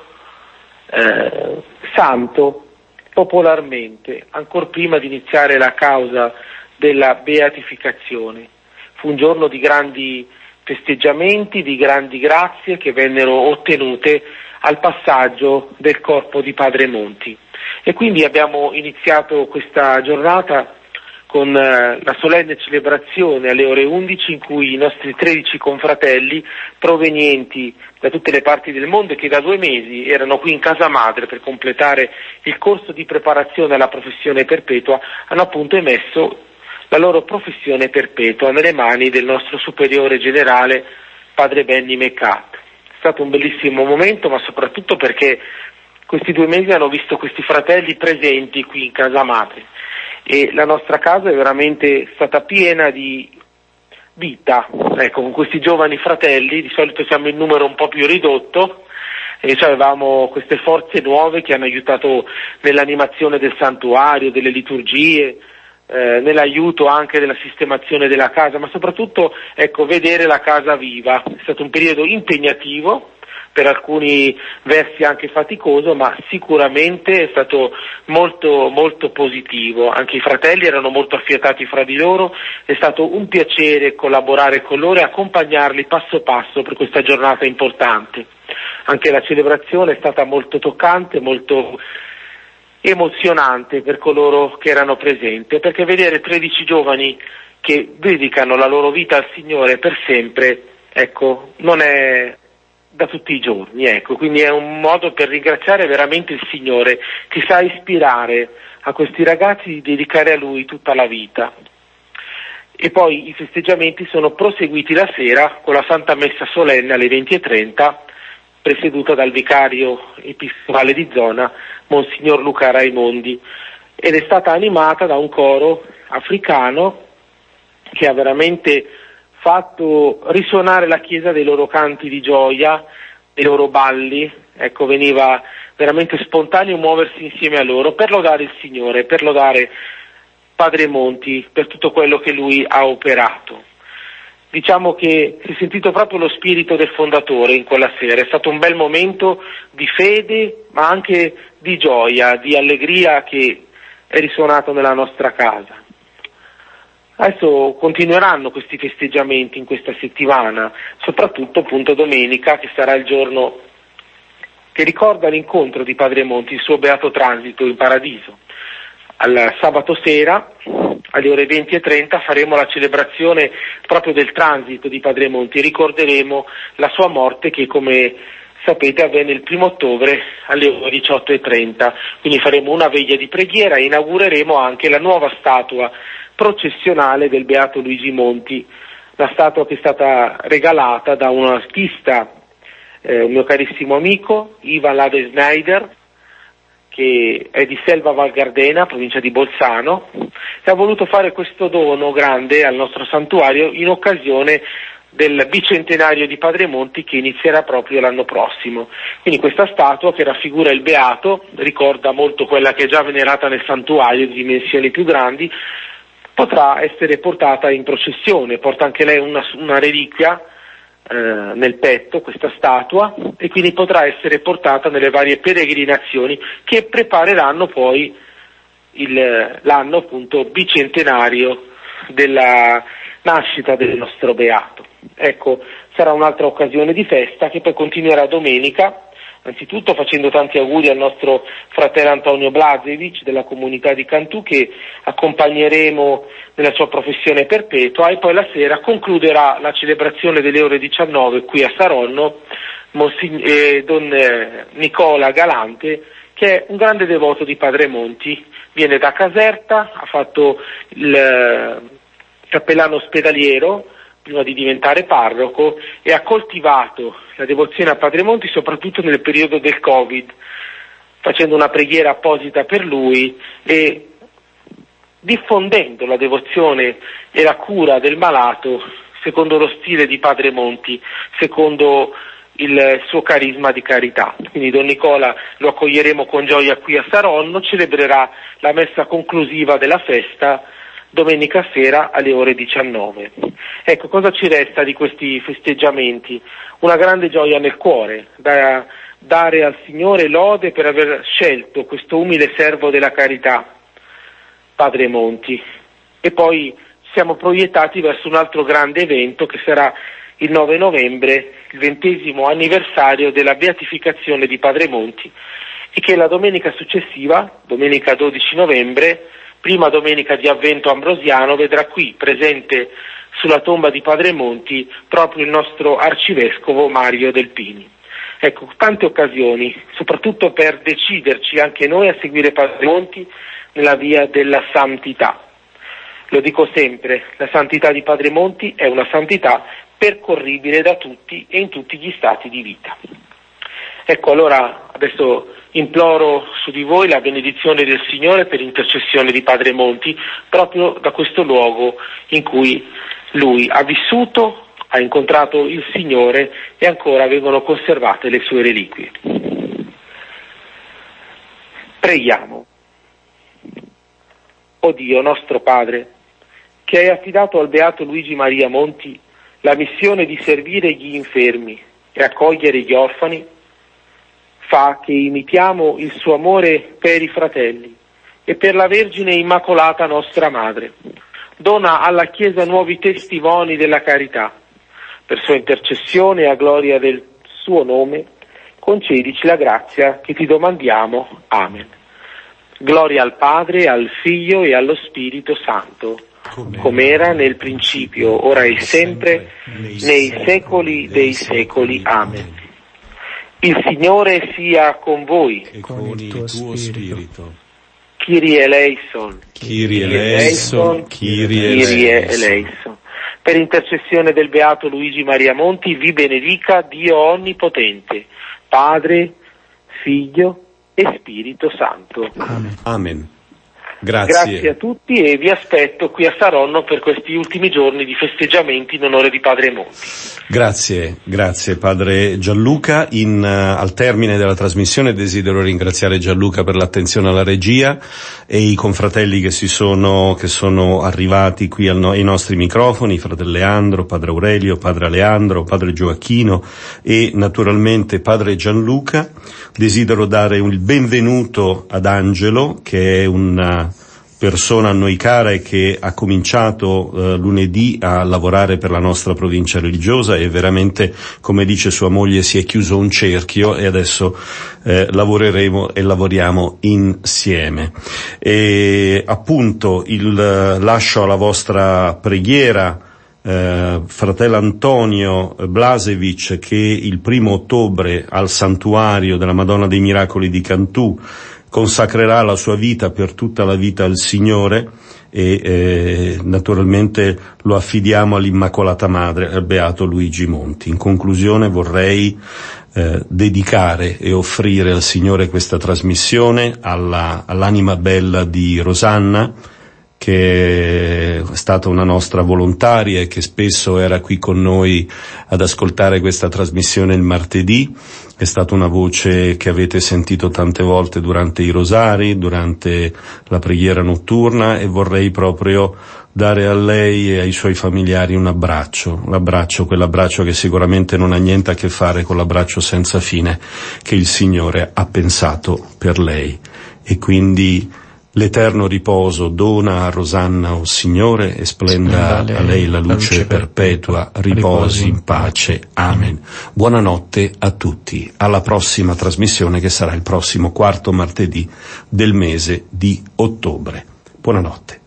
santo popolarmente, ancor prima di iniziare la causa della beatificazione. Fu un giorno di grandi festeggiamenti, di grandi grazie che vennero ottenute al passaggio del corpo di Padre Monti. E quindi abbiamo iniziato questa giornata con la solenne celebrazione alle ore 11, in cui i nostri 13 confratelli provenienti da tutte le parti del mondo e che da 2 mesi erano qui in casa madre per completare il corso di preparazione alla professione perpetua hanno appunto emesso la loro professione perpetua nelle mani del nostro superiore generale Padre Benny Meccat. È stato un bellissimo momento, ma soprattutto perché questi 2 mesi hanno visto questi fratelli presenti qui in casa madre. E la nostra casa è veramente stata piena di vita, ecco, con questi giovani fratelli. Di solito siamo in numero un po' più ridotto e cioè avevamo queste forze nuove che hanno aiutato nell'animazione del santuario, delle liturgie, nell'aiuto anche della sistemazione della casa, ma soprattutto, ecco, vedere la casa viva. È stato un periodo impegnativo, per alcuni versi anche faticoso, ma sicuramente è stato molto molto positivo. Anche i fratelli erano molto affiatati fra di loro, è stato un piacere collaborare con loro e accompagnarli passo passo per questa giornata importante. Anche la celebrazione è stata molto toccante, molto emozionante per coloro che erano presenti, perché vedere 13 giovani che dedicano la loro vita al Signore per sempre, ecco, non è da tutti i giorni, ecco, quindi è un modo per ringraziare veramente il Signore che sa ispirare a questi ragazzi di dedicare a Lui tutta la vita. E poi i festeggiamenti sono proseguiti la sera con la Santa Messa solenne alle 20:30 presieduta dal vicario episcopale di zona, Monsignor Luca Raimondi, ed è stata animata da un coro africano che ha veramente fatto risuonare la chiesa dei loro canti di gioia, dei loro balli. Ecco, veniva veramente spontaneo muoversi insieme a loro per lodare il Signore, per lodare Padre Monti per tutto quello che lui ha operato. Diciamo che si è sentito proprio lo spirito del fondatore in quella sera, è stato un bel momento di fede ma anche di gioia, di allegria che è risuonato nella nostra casa. Adesso continueranno questi festeggiamenti in questa settimana, soprattutto appunto domenica, che sarà il giorno che ricorda l'incontro di Padre Monti, il suo beato transito in paradiso. Al sabato sera, alle ore 20:30, faremo la celebrazione proprio del transito di Padre Monti e ricorderemo la sua morte che, come sapete, avvenne il 1° ottobre alle ore 18:30. Quindi faremo una veglia di preghiera e inaugureremo anche la nuova statua processionale del Beato Luigi Monti, la statua che è stata regalata da un artista, un mio carissimo amico, Ivan Lade Schneider, che è di Selva Val Gardena, provincia di Bolzano, e ha voluto fare questo dono grande al nostro santuario in occasione del bicentenario di Padre Monti, che inizierà proprio l'anno prossimo. Quindi questa statua, che raffigura il Beato, ricorda molto quella che è già venerata nel santuario, di dimensioni più grandi, potrà essere portata in processione. Porta anche lei una reliquia nel petto, questa statua, e quindi potrà essere portata nelle varie peregrinazioni che prepareranno poi l'anno appunto bicentenario della nascita del nostro Beato. Ecco, sarà un'altra occasione di festa che poi continuerà domenica, anzitutto facendo tanti auguri al nostro fratello Antonio Blazevic della comunità di Cantù, che accompagneremo nella sua professione perpetua, e poi la sera concluderà la celebrazione delle ore 19 qui a Saronno Don Nicola Galante, che è un grande devoto di Padre Monti, viene da Caserta, ha fatto il cappellano ospedaliero prima di diventare parroco e ha coltivato la devozione a Padre Monti soprattutto nel periodo del Covid, facendo una preghiera apposita per lui e diffondendo la devozione e la cura del malato secondo lo stile di Padre Monti, secondo il suo carisma di carità. Quindi Don Nicola lo accoglieremo con gioia qui a Saronno, celebrerà la messa conclusiva della festa domenica sera alle ore 19. Ecco, cosa ci resta di questi festeggiamenti? Una grande gioia nel cuore, da dare al Signore lode per aver scelto questo umile servo della carità, Padre Monti. E poi siamo proiettati verso un altro grande evento che sarà il 9 novembre, il 20° anniversario della beatificazione di Padre Monti, e che la domenica successiva, domenica 12 novembre, prima domenica di Avvento ambrosiano, vedrà qui presente sulla tomba di Padre Monti proprio il nostro arcivescovo Mario Delpini. Ecco, tante occasioni, soprattutto per deciderci anche noi a seguire Padre Monti nella via della santità. Lo dico sempre, la santità di Padre Monti è una santità percorribile da tutti e in tutti gli stati di vita. Ecco, allora adesso imploro su di voi la benedizione del Signore per intercessione di Padre Monti, proprio da questo luogo in cui lui ha vissuto, ha incontrato il Signore e ancora vengono conservate le sue reliquie. Preghiamo. O Dio nostro Padre, che hai affidato al Beato Luigi Maria Monti la missione di servire gli infermi e accogliere gli orfani, fa che imitiamo il suo amore per i fratelli e per la Vergine Immacolata nostra Madre. Dona alla Chiesa nuovi testimoni della carità. Per sua intercessione e a gloria del suo nome, concedici la grazia che ti domandiamo. Amen. Gloria al Padre, al Figlio e allo Spirito Santo, come era nel principio, ora e sempre, nei secoli dei secoli. Amen. Il Signore sia con voi. E con il tuo spirito. Kyrie eleison. Kyrie eleison. Kyrie eleison. Per intercessione del Beato Luigi Maria Monti vi benedica Dio Onnipotente, Padre, Figlio e Spirito Santo. Amen. Grazie a tutti e vi aspetto qui a Saronno per questi ultimi giorni di festeggiamenti in onore di Padre Monti. Grazie Padre Gianluca. Al termine della trasmissione desidero ringraziare Gianluca per l'attenzione alla regia e i confratelli che sono arrivati qui ai nostri microfoni, fratello Leandro, Padre Aurelio, Padre Aleandro, Padre Gioacchino e naturalmente Padre Gianluca. Desidero dare il benvenuto ad Angelo, che è una persona a noi cara e che ha cominciato lunedì a lavorare per la nostra provincia religiosa e veramente, come dice sua moglie, si è chiuso un cerchio e adesso lavoreremo e lavoriamo insieme. E appunto lascio alla vostra preghiera fratello Antonio Blasevic, che il 1° ottobre al santuario della Madonna dei Miracoli di Cantù consacrerà la sua vita per tutta la vita al Signore e naturalmente lo affidiamo all'Immacolata Madre, al Beato Luigi Monti. In conclusione vorrei dedicare e offrire al Signore questa trasmissione all'anima bella di Rosanna, che è stata una nostra volontaria e che spesso era qui con noi ad ascoltare questa trasmissione il martedì. È stata una voce che avete sentito tante volte durante i rosari, durante la preghiera notturna, e vorrei proprio dare a lei e ai suoi familiari un abbraccio, quell'abbraccio che sicuramente non ha niente a che fare con l'abbraccio senza fine che il Signore ha pensato per lei. E quindi l'eterno riposo dona a Rosanna, o Signore, e splenda a lei la luce perpetua, riposi in pace. Amen. Buonanotte a tutti, alla prossima trasmissione che sarà il prossimo 4º martedì del mese di ottobre. Buonanotte.